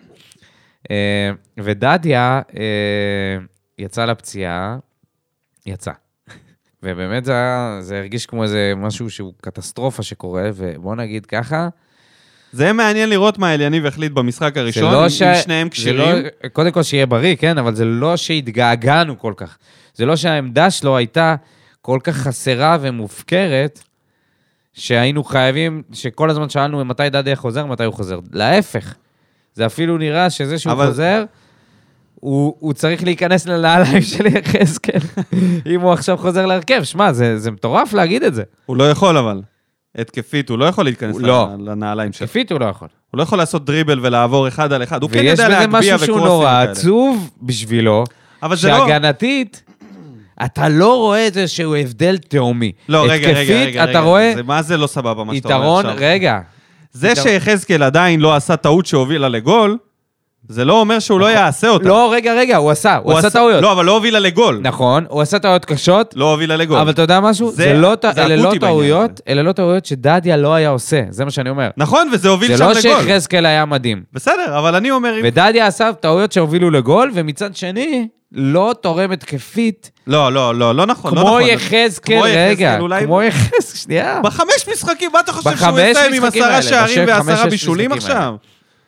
ודדיה יצא לפציעה, יצא. ובאמת זה, זה הרגיש כמו איזה משהו שהוא קטסטרופה שקורה, ובוא נגיד ככה. זה מעניין לראות מה אליניב החליט במשחק הראשון, לא ש... עם שניהם קשירים. לא... קודם כל שיהיה בריא, כן? אבל זה לא שהתגעגענו כל כך. זה לא שהעמדה שלו הייתה כל כך חסרה ומופקרת, שהיינו חייבים, שכל הזמן שאלנו מתי דדיה חוזר, מתי הוא חוזר. להפך. זה אפילו נראה שזה שהוא אבל... חוזר, הוא, הוא צריך להיכנס לנעליים של יחזקאל, אם הוא עכשיו חוזר להרכב. שמה, זה, זה מטורף להגיד את זה. הוא לא יכול אבל. התקפית, הוא לא יכול להתכנס לא. לנעליים שלו. התקפית הוא לא יכול. הוא לא יכול לעשות דריבל ולעבור אחד על אחד. הוא כן יודע להגביע ויש בזה משהו שהוא נורא עצוב בשבילו, שהגנתית, אתה לא רואה את זה שהוא הבדל תאומי. לא, רגע, רגע, רגע. אתה רואה... מה זה לא סבבה מה שאתה אומר עכשיו? יתרון, רגע. זה שיחזקאל עדיין לא עשה טעות שהובילה לגול, זה לא אומר שהוא לא יעשה אותה. לא, רגע, רגע, הוא עשה, הוא עשה טעויות. לא, אבל לא הובילה לגול. נכון, הוא עשה טעויות קשות. לא הובילה לגול. אבל אתה יודע משהו? זה לא טעויות, אלה לא טעויות שדדיה לא היה עושה, זה מה שאני אומר. נכון, וזה הוביל שם לגול. זה לא שיחזקאל היה מדהים. בסדר, אבל אני אומר... ודדיה עשה טעויות שהובילו לגול, ומצד שני, לא תורם התקפית. לא, לא, לא, לא נכון. כמו יחזקאל, רגע, כמו יחזקאל, שנייה. בחמש משחקים, מה אתה חושב שהוא יסיים עם עשרה שערים ועשרה בישולים עכשיו?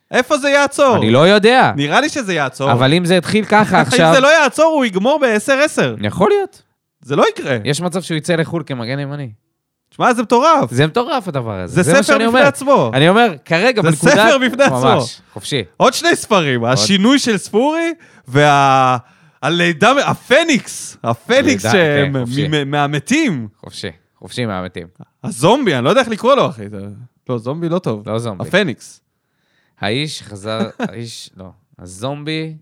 איפה זה יעצור? אני לא יודע. נראה לי שזה יעצור. אבל אם זה התחיל ככה עכשיו... אם זה לא יעצור, הוא יגמור ב-עשר עשר. יכול להיות. זה לא יקרה. יש מצב שהוא יצא לחול כמגן ימני. תשמע, זה מטורף. זה מטורף הדבר הזה. זה ספר בפני עצמו. אני אומר, כרגע זה בנקודה... ספר בפני עצמו. ממש, חופשי. עוד שני ספרים, השינוי של ספורי וה... הלידה, הפניקס, הפניקס מהמתים. חופשי, חופשי מהמתים. הזומבי, אני לא יודע איך לקרוא לו, אחי. לא, זומבי לא טוב. לא זומבי. הפניקס. האיש חזר, האיש, לא, הזומבי...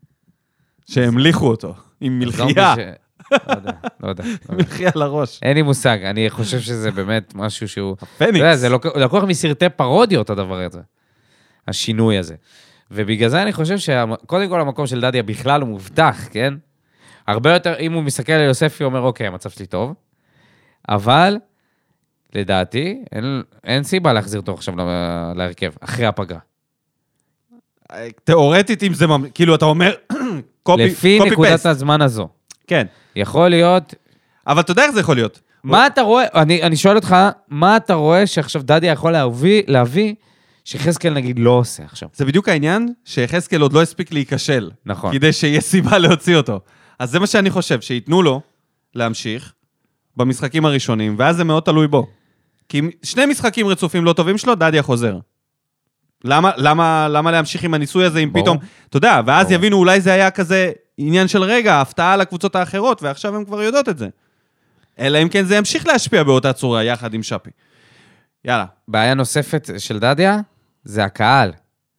שהמליכו אותו, עם מלחייה. לא יודע, לא יודע. מלחייה לראש. אין לי מושג, אני חושב שזה באמת משהו שהוא... הפניקס. זה לקוח מסרטי פרודיות, הדבר הזה. השינוי הזה. ובגלל זה אני חושב שקודם כל המקום של דדיה בכלל הוא מובטח, כן? הרבה יותר, אם הוא מסתכל על יוספי, הוא אומר, אוקיי, המצב שלי טוב, אבל, לדעתי, אין, אין סיבה להחזיר אותו עכשיו להרכב, אחרי הפגרה. תיאורטית, אם זה, כאילו, אתה אומר, קופי, לפי קופי נקודת פסט. הזמן הזו. כן. יכול להיות... אבל אתה יודע איך זה יכול להיות? מה אתה רואה, אני, אני שואל אותך, מה אתה רואה שעכשיו דדיה יכול להביא, להביא שחזקאל נגיד לא עושה עכשיו? זה בדיוק העניין שחזקאל עוד לא הספיק להיכשל. נכון. כדי שיהיה סיבה להוציא אותו. אז זה מה שאני חושב, שיתנו לו להמשיך במשחקים הראשונים, ואז זה מאוד תלוי בו. כי אם שני משחקים רצופים לא טובים שלו, דדיה חוזר. למה, למה, למה להמשיך עם הניסוי הזה, אם ברור. פתאום, אתה יודע, ואז ברור. יבינו, אולי זה היה כזה עניין של רגע, הפתעה לקבוצות האחרות, ועכשיו הם כבר יודעות את זה. אלא אם כן זה ימשיך להשפיע באותה צורה, יחד עם שפי. יאללה. בעיה נוספת של דדיה, זה הקהל.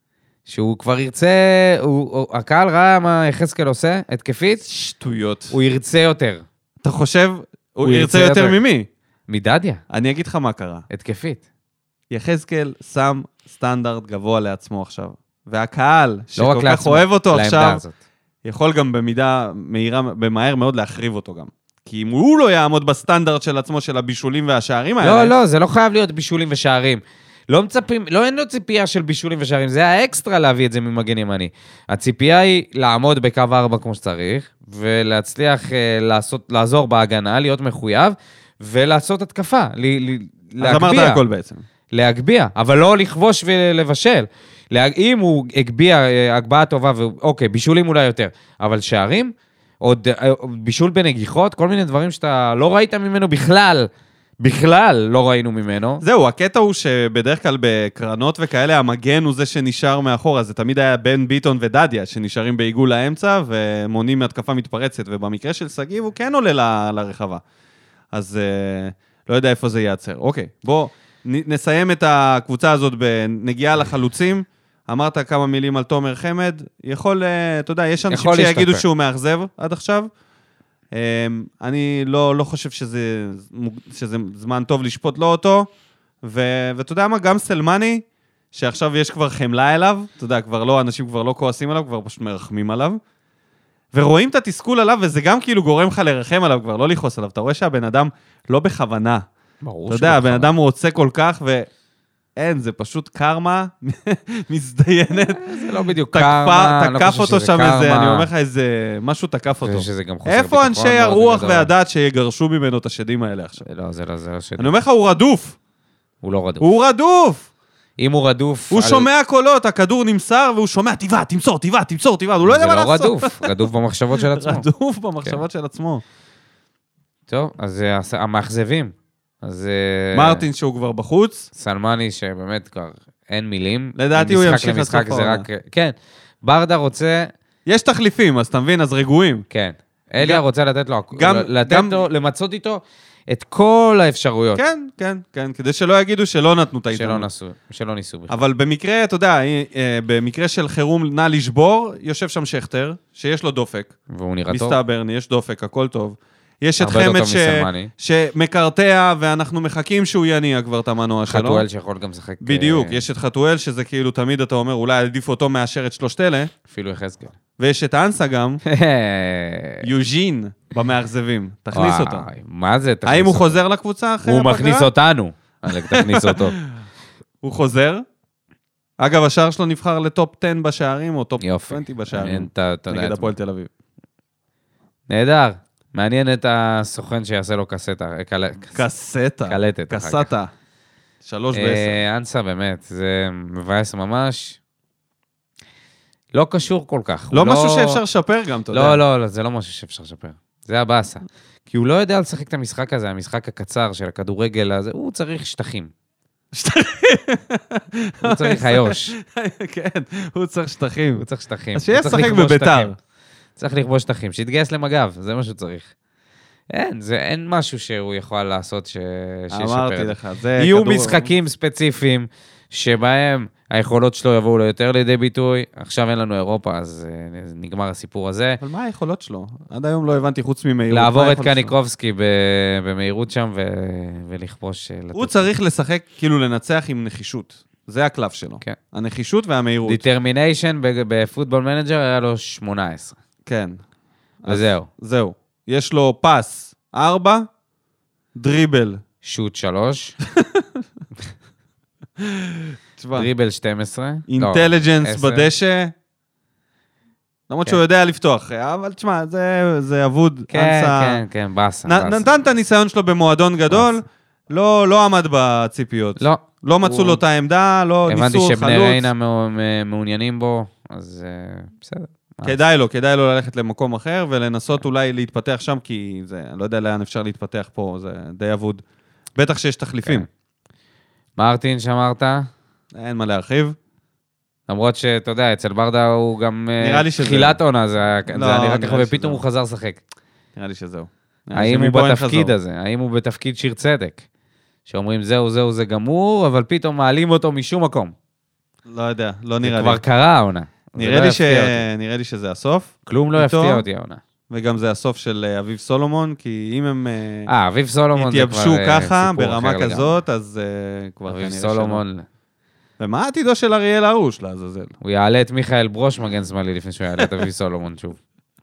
שהוא כבר ירצה, הוא, הוא, הקהל ראה מה חזקאל עושה, התקפית, שטויות. הוא ירצה יותר. אתה חושב, הוא, הוא ירצה ירצה יותר יותר. ממי? מדדיה, אני אגיד לך מה קרה. התקפית. יחזקאל שם סטנדרט גבוה לעצמו עכשיו. והקהל, לא שכל רק כך לעצמו, אוהב אותו לעמדה עכשיו, הזאת. יכול גם במידה מהירה, במהר מאוד להחריב אותו גם. כי אם הוא לא יעמוד בסטנדרט של עצמו, של הבישולים והשערים האלה... לא, לא, זה לא חייב להיות בישולים ושערים. לא מצפים, לא אין לו ציפייה של בישולים ושערים, זה האקסטרה להביא את זה ממגן ימני. הציפייה היא לעמוד בקו ארבע כמו שצריך, ולהצליח אה, לעשות, לעזור בהגנה, להיות מחויב, ולעשות התקפה, ל, ל, להגביע. אז אמרת הכל בעצם. להגביע, אבל לא לכבוש ולבשל. אם הוא הגביע הגבהה טובה, ואוקיי, בישולים אולי יותר, אבל שערים, עוד בישול בנגיחות, כל מיני דברים שאתה לא ראית ממנו בכלל, בכלל לא ראינו ממנו. זהו, הקטע הוא שבדרך כלל בקרנות וכאלה, המגן הוא זה שנשאר מאחורה, זה תמיד היה בן ביטון ודדיה, שנשארים בעיגול לאמצע, ומונים מהתקפה מתפרצת, ובמקרה של סגיב הוא כן עולה ל- לרחבה. אז לא יודע איפה זה ייעצר. אוקיי, בוא נסיים את הקבוצה הזאת בנגיעה לחלוצים. אמרת כמה מילים על תומר חמד, יכול, אתה יודע, יש אנשים שיגידו שהוא מאכזב עד עכשיו. אני לא, לא חושב שזה, שזה זמן טוב לשפוט לו אותו, ו, ואתה יודע מה, גם סלמני, שעכשיו יש כבר חמלה אליו, אתה יודע, כבר לא, אנשים כבר לא כועסים עליו, כבר פשוט מרחמים עליו, ורואים את התסכול עליו, וזה גם כאילו גורם לך לרחם עליו, כבר לא לכעוס עליו, אתה רואה שהבן אדם לא בכוונה. ברור אתה יודע, הבן אדם רוצה כל כך, ו... אין, זה פשוט קרמה מזדיינת. זה לא בדיוק קרמה. תקף אותו שם איזה, אני אומר לך איזה, משהו תקף אותו. איפה אנשי הרוח והדת שיגרשו ממנו את השדים האלה עכשיו? לא, זה לא, זה לא שדים. אני אומר לך, הוא רדוף. הוא לא רדוף. הוא רדוף. אם הוא רדוף... הוא שומע קולות, הכדור נמסר, והוא שומע, תיבע, תמסור, תיבע, תמסור, תיבע, הוא לא יודע מה לעשות. זה לא רדוף, רדוף במחשבות של עצמו. רדוף במחשבות של עצמו. טוב, אז המאכזבים. אז... מרטין שהוא כבר בחוץ. סלמני שבאמת כבר אין מילים. לדעתי הוא ימשיך לסוף העונה. כן. ברדה רוצה... יש תחליפים, אז אתה מבין, אז רגועים. כן. אליה רוצה לתת לו... גם... לתת לו, למצות איתו את כל האפשרויות. כן, כן, כן. כדי שלא יגידו שלא נתנו את העיתונות. שלא נסו, שלא ניסו בכלל. אבל במקרה, אתה יודע, במקרה של חירום נע לשבור, יושב שם שכתר, שיש לו דופק. והוא נראה טוב. מסתבר, יש דופק, הכל טוב. יש את חמד ש... שמקרטע, ואנחנו מחכים שהוא יניע כבר את המנוע שלו. חתואל שיכול גם לשחק... בדיוק, יש את חתואל, שזה כאילו תמיד אתה אומר, אולי עדיף אותו מאשר את שלושת אלה. אפילו יחזקאל. ויש את אנסה גם, יוז'ין, במאכזבים. תכניס אותו. מה זה תכניס האם הוא אותו? חוזר לקבוצה אחרי הוא הפגרה? מכניס אותנו. אלק, תכניס אותו. הוא חוזר. אגב, השער שלו נבחר לטופ עשר בשערים, או טופ עשרים בשערים. נגד הפועל תל אביב. נהדר. מעניין את הסוכן שיעשה לו קסטה. קסטה. קלטת. קסטה. שלוש ועשר. אנסה באמת, זה מבאס ממש. לא קשור כל כך. לא משהו שאפשר לשפר גם, אתה יודע. לא, לא, לא, זה לא משהו שאפשר לשפר. זה הבאסה. כי הוא לא יודע לשחק את המשחק הזה, המשחק הקצר של הכדורגל הזה, הוא צריך שטחים. הוא צריך היוש. כן, הוא צריך שטחים. הוא צריך שטחים. אז שיהיה שחק בביתר. צריך לכבוש שטחים, שיתגייס למג"ב, זה מה שהוא צריך. אין, זה, אין משהו שהוא יכול לעשות ש... אמרתי לך, זה... יהיו משחקים ספציפיים שבהם היכולות שלו יבואו לו יותר לידי ביטוי, עכשיו אין לנו אירופה, אז נגמר הסיפור הזה. אבל מה היכולות שלו? עד היום לא הבנתי חוץ ממהירות. לעבור את קניקובסקי במהירות שם ולכבוש... הוא צריך לשחק, כאילו לנצח עם נחישות. זה הקלף שלו. כן. הנחישות והמהירות. דיטרמיניישן בפוטבול מנג'ר היה לו שמונה עשרה. כן. וזהו. זהו. יש לו פס ארבע, דריבל. שוט שלוש. דריבל שתים עשרה. אינטליג'נס בדשא. למרות שהוא יודע לפתוח, אבל תשמע, זה אבוד. כן, כן, כן, באסה. נתן את הניסיון שלו במועדון גדול, לא עמד בציפיות. לא. לא מצאו לו את העמדה, לא ניסו חלוץ. הבנתי שבני ריינה מעוניינים בו, אז בסדר. כדאי לו, כדאי לו ללכת למקום אחר, ולנסות אולי להתפתח שם, כי זה, אני לא יודע לאן אפשר להתפתח פה, זה די אבוד. בטח שיש תחליפים. מרטין שמרת? אין מה להרחיב. למרות שאתה יודע, אצל ברדה הוא גם שזה... תחילת עונה, זה נראה ככה, ופתאום הוא חזר לשחק. נראה לי שזהו. האם הוא בתפקיד הזה? האם הוא בתפקיד שיר צדק? שאומרים זהו, זהו, זה גמור, אבל פתאום מעלים אותו משום מקום. לא יודע, לא נראה לי. זה כבר קרה העונה. נראה לי, ש... נראה לי שזה הסוף. כלום לא יפתיע אותי העונה. וגם זה הסוף של אביב סולומון, כי אם הם אה, אביב סולומון זה כבר התייבשו ככה, ברמה כזאת, אז כבר אביב סולומון. ומה עתידו של אריאל הרוש לעזאזל? הוא יעלה את מיכאל ברוש מגן שמאלי לפני שהוא יעלה את אביב סולומון שוב.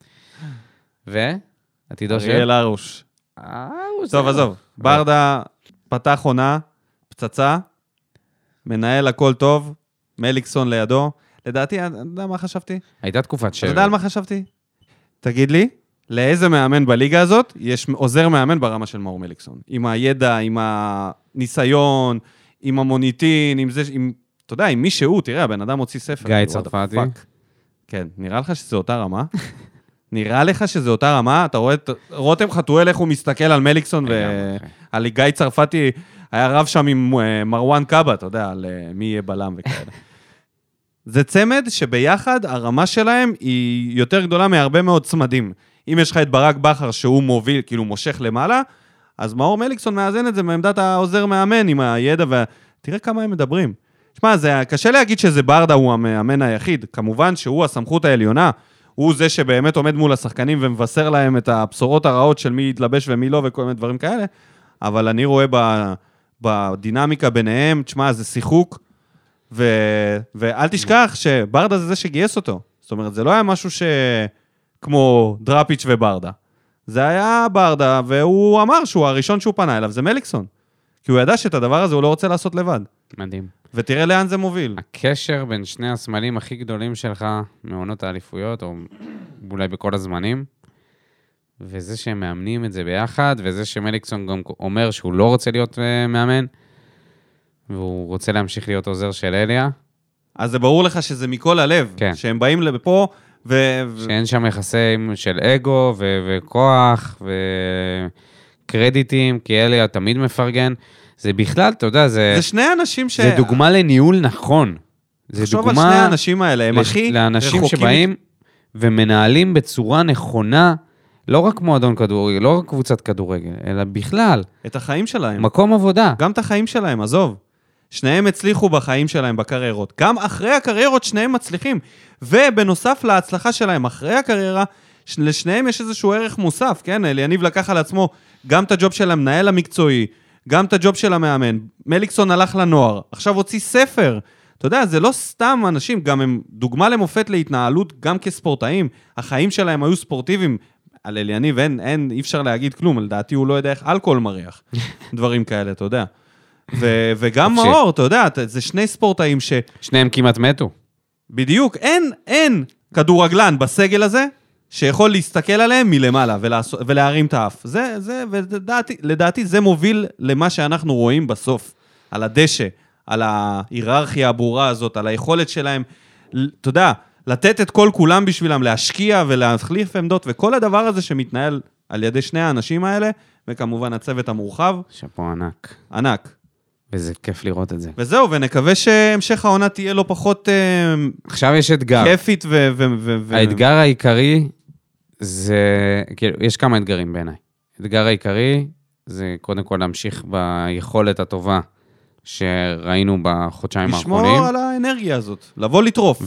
ו? עתידו של? אריאל הרוש. טוב, עזוב. ברדה פתח עונה, פצצה, מנהל הכל טוב, מליקסון לידו. לדעתי, אני יודע מה חשבתי? הייתה תקופת שבע. אתה יודע על מה חשבתי? תגיד לי, לאיזה מאמן בליגה הזאת יש עוזר מאמן ברמה של מאור מליקסון? עם הידע, עם הניסיון, עם המוניטין, עם זה, עם, אתה יודע, עם מי שהוא, תראה, הבן אדם הוציא ספר. גיא צרפתי. כן, נראה לך שזה אותה רמה? נראה לך שזה אותה רמה? אתה רואה את רותם חתואל איך הוא מסתכל על מליקסון ועל גיא צרפתי, היה רב שם עם מרואן קאבה, אתה יודע, על מי יהיה בלם וכאלה. זה צמד שביחד הרמה שלהם היא יותר גדולה מהרבה מאוד צמדים. אם יש לך את ברק בחר שהוא מוביל, כאילו מושך למעלה, אז מאור מליקסון מאזן את זה מעמדת העוזר מאמן עם הידע, ותראה כמה הם מדברים. תשמע, זה קשה להגיד שזה ברדה הוא המאמן היחיד, כמובן שהוא הסמכות העליונה, הוא זה שבאמת עומד מול השחקנים ומבשר להם את הבשורות הרעות של מי יתלבש ומי לא וכל מיני דברים כאלה, אבל אני רואה בדינמיקה ביניהם, תשמע, זה שיחוק, ו... ואל תשכח שברדה זה זה שגייס אותו. זאת אומרת, זה לא היה משהו ש... כמו דראפיץ' וברדה. זה היה ברדה, והוא אמר שהוא הראשון שהוא פנה אליו, זה מליקסון. כי הוא ידע שאת הדבר הזה הוא לא רוצה לעשות לבד. מדהים. ותראה לאן זה מוביל. הקשר בין שני הסמלים הכי גדולים שלך, מעונות האליפויות, או אולי בכל הזמנים, וזה שהם מאמנים את זה ביחד, וזה שמליקסון גם אומר שהוא לא רוצה להיות מאמן, והוא רוצה להמשיך להיות עוזר של אליה. אז זה ברור לך שזה מכל הלב, כן. שהם באים לפה, ו... שאין שם יחסים של אגו, ו- וכוח, וקרדיטים, כי אליה תמיד מפרגן. זה בכלל, אתה יודע, זה... זה שני אנשים ש... זה דוגמה לניהול נכון. זה חשוב דוגמה... על שני האנשים האלה, הם לש... הכי לאנשים רחוקים... שבאים ומנהלים בצורה נכונה, לא רק מועדון כדורגל, לא רק קבוצת כדורגל, אלא בכלל. את החיים שלהם. מקום עבודה. גם את החיים שלהם, עזוב. שניהם הצליחו בחיים שלהם, בקריירות. גם אחרי הקריירות שניהם מצליחים. ובנוסף להצלחה שלהם אחרי הקריירה, לשניהם יש איזשהו ערך מוסף, כן? אליניב לקח על עצמו גם את הג'וב של המנהל המקצועי, גם את הג'וב של המאמן. מליקסון הלך לנוער, עכשיו הוציא ספר. אתה יודע, זה לא סתם אנשים, גם הם דוגמה למופת להתנהלות, גם כספורטאים. החיים שלהם היו ספורטיביים. על אליניב אין, אין, אי אפשר להגיד כלום, לדעתי הוא לא יודע איך אלכוהול מריח. דברים כאלה, אתה יודע. ו- וגם מאור, אתה יודע, זה שני ספורטאים ש... שניהם כמעט מתו. בדיוק, אין, אין כדורגלן בסגל הזה, שיכול להסתכל עליהם מלמעלה, ולעשות, ולהרים את האף. זה, זה, ולדעתי, לדעתי זה מוביל למה שאנחנו רואים בסוף, על הדשא, על ההיררכיה הברורה הזאת, על היכולת שלהם, אתה יודע, לתת את כל כולם בשבילם, להשקיע ולהחליף עמדות, וכל הדבר הזה שמתנהל על ידי שני האנשים האלה, וכמובן הצוות המורחב. שפה ענק. ענק. וזה כיף לראות את זה. וזהו, ונקווה שהמשך העונה תהיה לא פחות עכשיו יש אתגר. כיפית ו... ו, ו, ו... האתגר העיקרי זה, כאילו, יש כמה אתגרים בעיניי. האתגר העיקרי זה קודם כל להמשיך ביכולת הטובה שראינו בחודשיים האחרונים. לשמור על האנרגיה הזאת, לבוא לטרוף.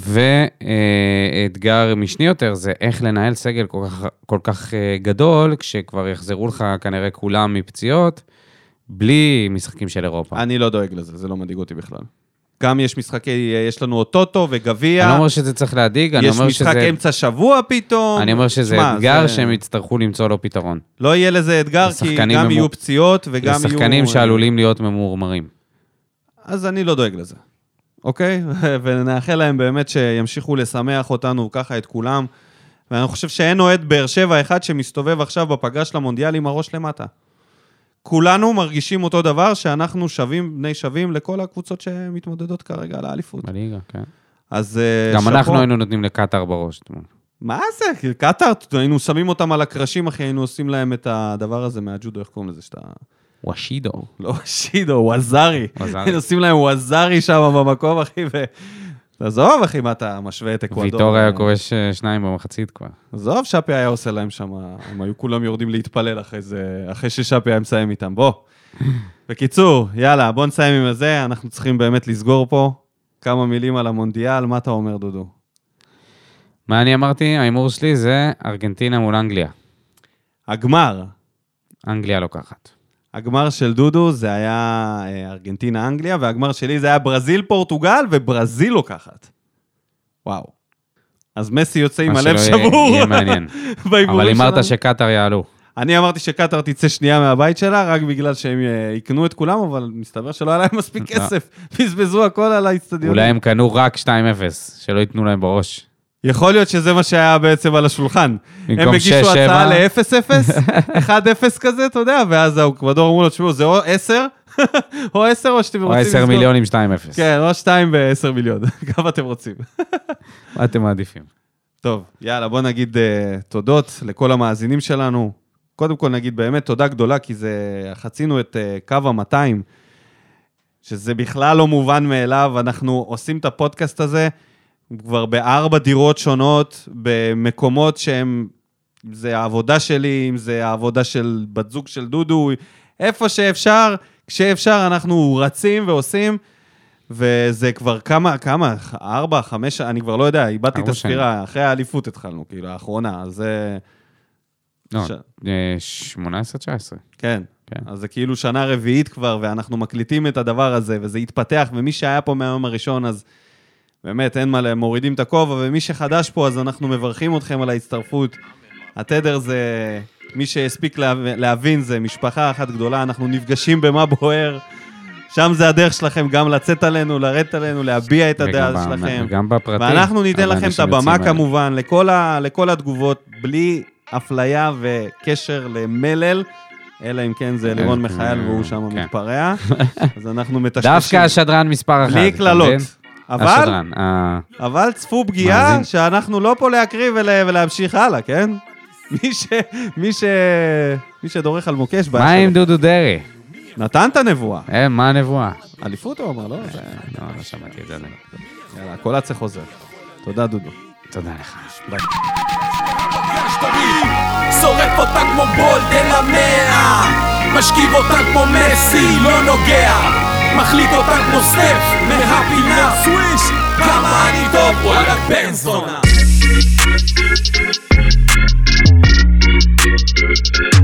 ואתגר משני יותר זה איך לנהל סגל כל כך, כל כך גדול, כשכבר יחזרו לך כנראה כולם מפציעות, בלי משחקים של אירופה. אני לא דואג לזה, זה לא מדאיג אותי בכלל. גם יש משחקי, יש לנו אוטוטו וגביע. אני לא אומר שזה צריך להדיג, אני אומר שזה... יש משחק אמצע שבוע פתאום. אני אומר שזה אתגר שהם יצטרכו למצוא לו פתרון. לא יהיה לזה אתגר, כי גם יהיו פציעות וגם יהיו... לשחקנים שעלולים להיות ממורמרים. אז אני לא דואג לזה. אוקיי? ונאחל להם באמת שימשיכו לשמח אותנו ככה את כולם. ואני חושב שאין אוהד באר שבע אחד שמסתובב עכשיו בפגרה של המונדיאל עם הראש למטה. כולנו מרגישים אותו דבר שאנחנו שווים, בני שווים לכל הקבוצות שמתמודדות כרגע על האליפות. בליגה, כן. אז גם שפו... אנחנו היינו נותנים לקטר בראש. מה זה? קטר, היינו שמים אותם על הקרשים, אחי, היינו עושים להם את הדבר הזה מהג'ודו, איך קוראים לזה שאתה... ושידו. לא ושידו, ווזרי. היינו עושים להם ווזרי שם במקום, אחי, ו... עזוב, אחי, מה אתה משווה את אקוודור? ויטור היה כובש שניים במחצית כבר. עזוב, שפי היה עושה להם שם, הם היו כולם יורדים להתפלל אחרי זה, אחרי ששפי היה מסיים איתם. בוא. בקיצור, יאללה, בוא נסיים עם זה, אנחנו צריכים באמת לסגור פה כמה מילים על המונדיאל, מה אתה אומר, דודו? מה אני אמרתי? האימור שלי זה ארגנטינה מול אנגליה. הגמר. אנגליה לוקחת. הגמר של דודו זה היה ארגנטינה-אנגליה, והגמר שלי זה היה ברזיל-פורטוגל, וברזיל לוקחת. וואו. אז מסי יוצא עם הלב שבור. יהיה מעניין. אבל אמרת שקטר יעלו. אני אמרתי שקטר תצא שנייה מהבית שלה, רק בגלל שהם יקנו את כולם, אבל מסתבר שלא היה להם מספיק כסף. בזבזו הכל על האצטדיונים. אולי הם קנו רק שתיים אפס, שלא ייתנו להם בראש. יכול להיות שזה מה שהיה בעצם על השולחן. הם הגישו הצעה ל-אפס אפס, אחד אפס כזה, אתה יודע, ואז האקוודור אמרו לו, תשמעו, זה או עשר, או עשר, או שאתם רוצים... או עשר מיליון עם שתיים אפס. כן, או שתיים ב-עשר מיליון, כמה אתם רוצים. מה אתם מעדיפים? טוב, יאללה, בוא נגיד תודות לכל המאזינים שלנו. קודם כל נגיד באמת תודה גדולה, כי זה, חצינו את קו ה-מאתיים, שזה בכלל לא מובן מאליו, אנחנו עושים את הפודקאסט הזה, כבר בארבע דירות שונות, במקומות שהם, אם זה העבודה שלי, אם זה העבודה של בת זוג של דודו, איפה שאפשר, כשאפשר אנחנו רצים ועושים, וזה כבר כמה, כמה, ארבע, חמש, אני כבר לא יודע, איבדתי את הספירה, אחרי האליפות התחלנו, כאילו, האחרונה, אז זה... לא, שמונה עשרה תשע עשרה. כן, אז זה כאילו שנה רביעית כבר, ואנחנו מקליטים את הדבר הזה, וזה התפתח, ומי שהיה פה מהיום הראשון, אז... באמת, אין מה, מורידים את הכובע, ומי שחדש פה, אז אנחנו מברכים אתכם על ההצטרפות. התדר זה, מי שהספיק להבין, זה משפחה אחת גדולה, אנחנו נפגשים במה בוער, שם זה הדרך שלכם גם לצאת עלינו, לרדת עלינו, להביע את הדרך שלכם. וגם בפרטי. ואנחנו ניתן לכם את הבמה כמובן, לכל, ה, לכל התגובות, בלי אפליה וקשר למלל, אלא אם כן זה לירון מיכאל והוא שם מתפרע, אז אנחנו מטשטשים. דווקא השדרן מספר אחת. בלי כללות. אבל, אבל צפו פגיעה שאנחנו לא פה להקריב ולהמשיך הלאה, כן? מי ש... מי ש... מי שדורך על מוקש... מה עם דודו דרי? נתן את הנבואה. אה, מה הנבואה? אליפות הוא אמר, לא? לא, לא שמעתי את זה. יאללה, הכל עצה חוזר. תודה, דודו. תודה לך. ביי. שורף אותה כמו בולדן המאה, משכיב אותה כמו מסי, לא נוגע, מחליט אותה כמו סטף, מהפינה סוויש, כמה אני טוב, וואלה בן זונה.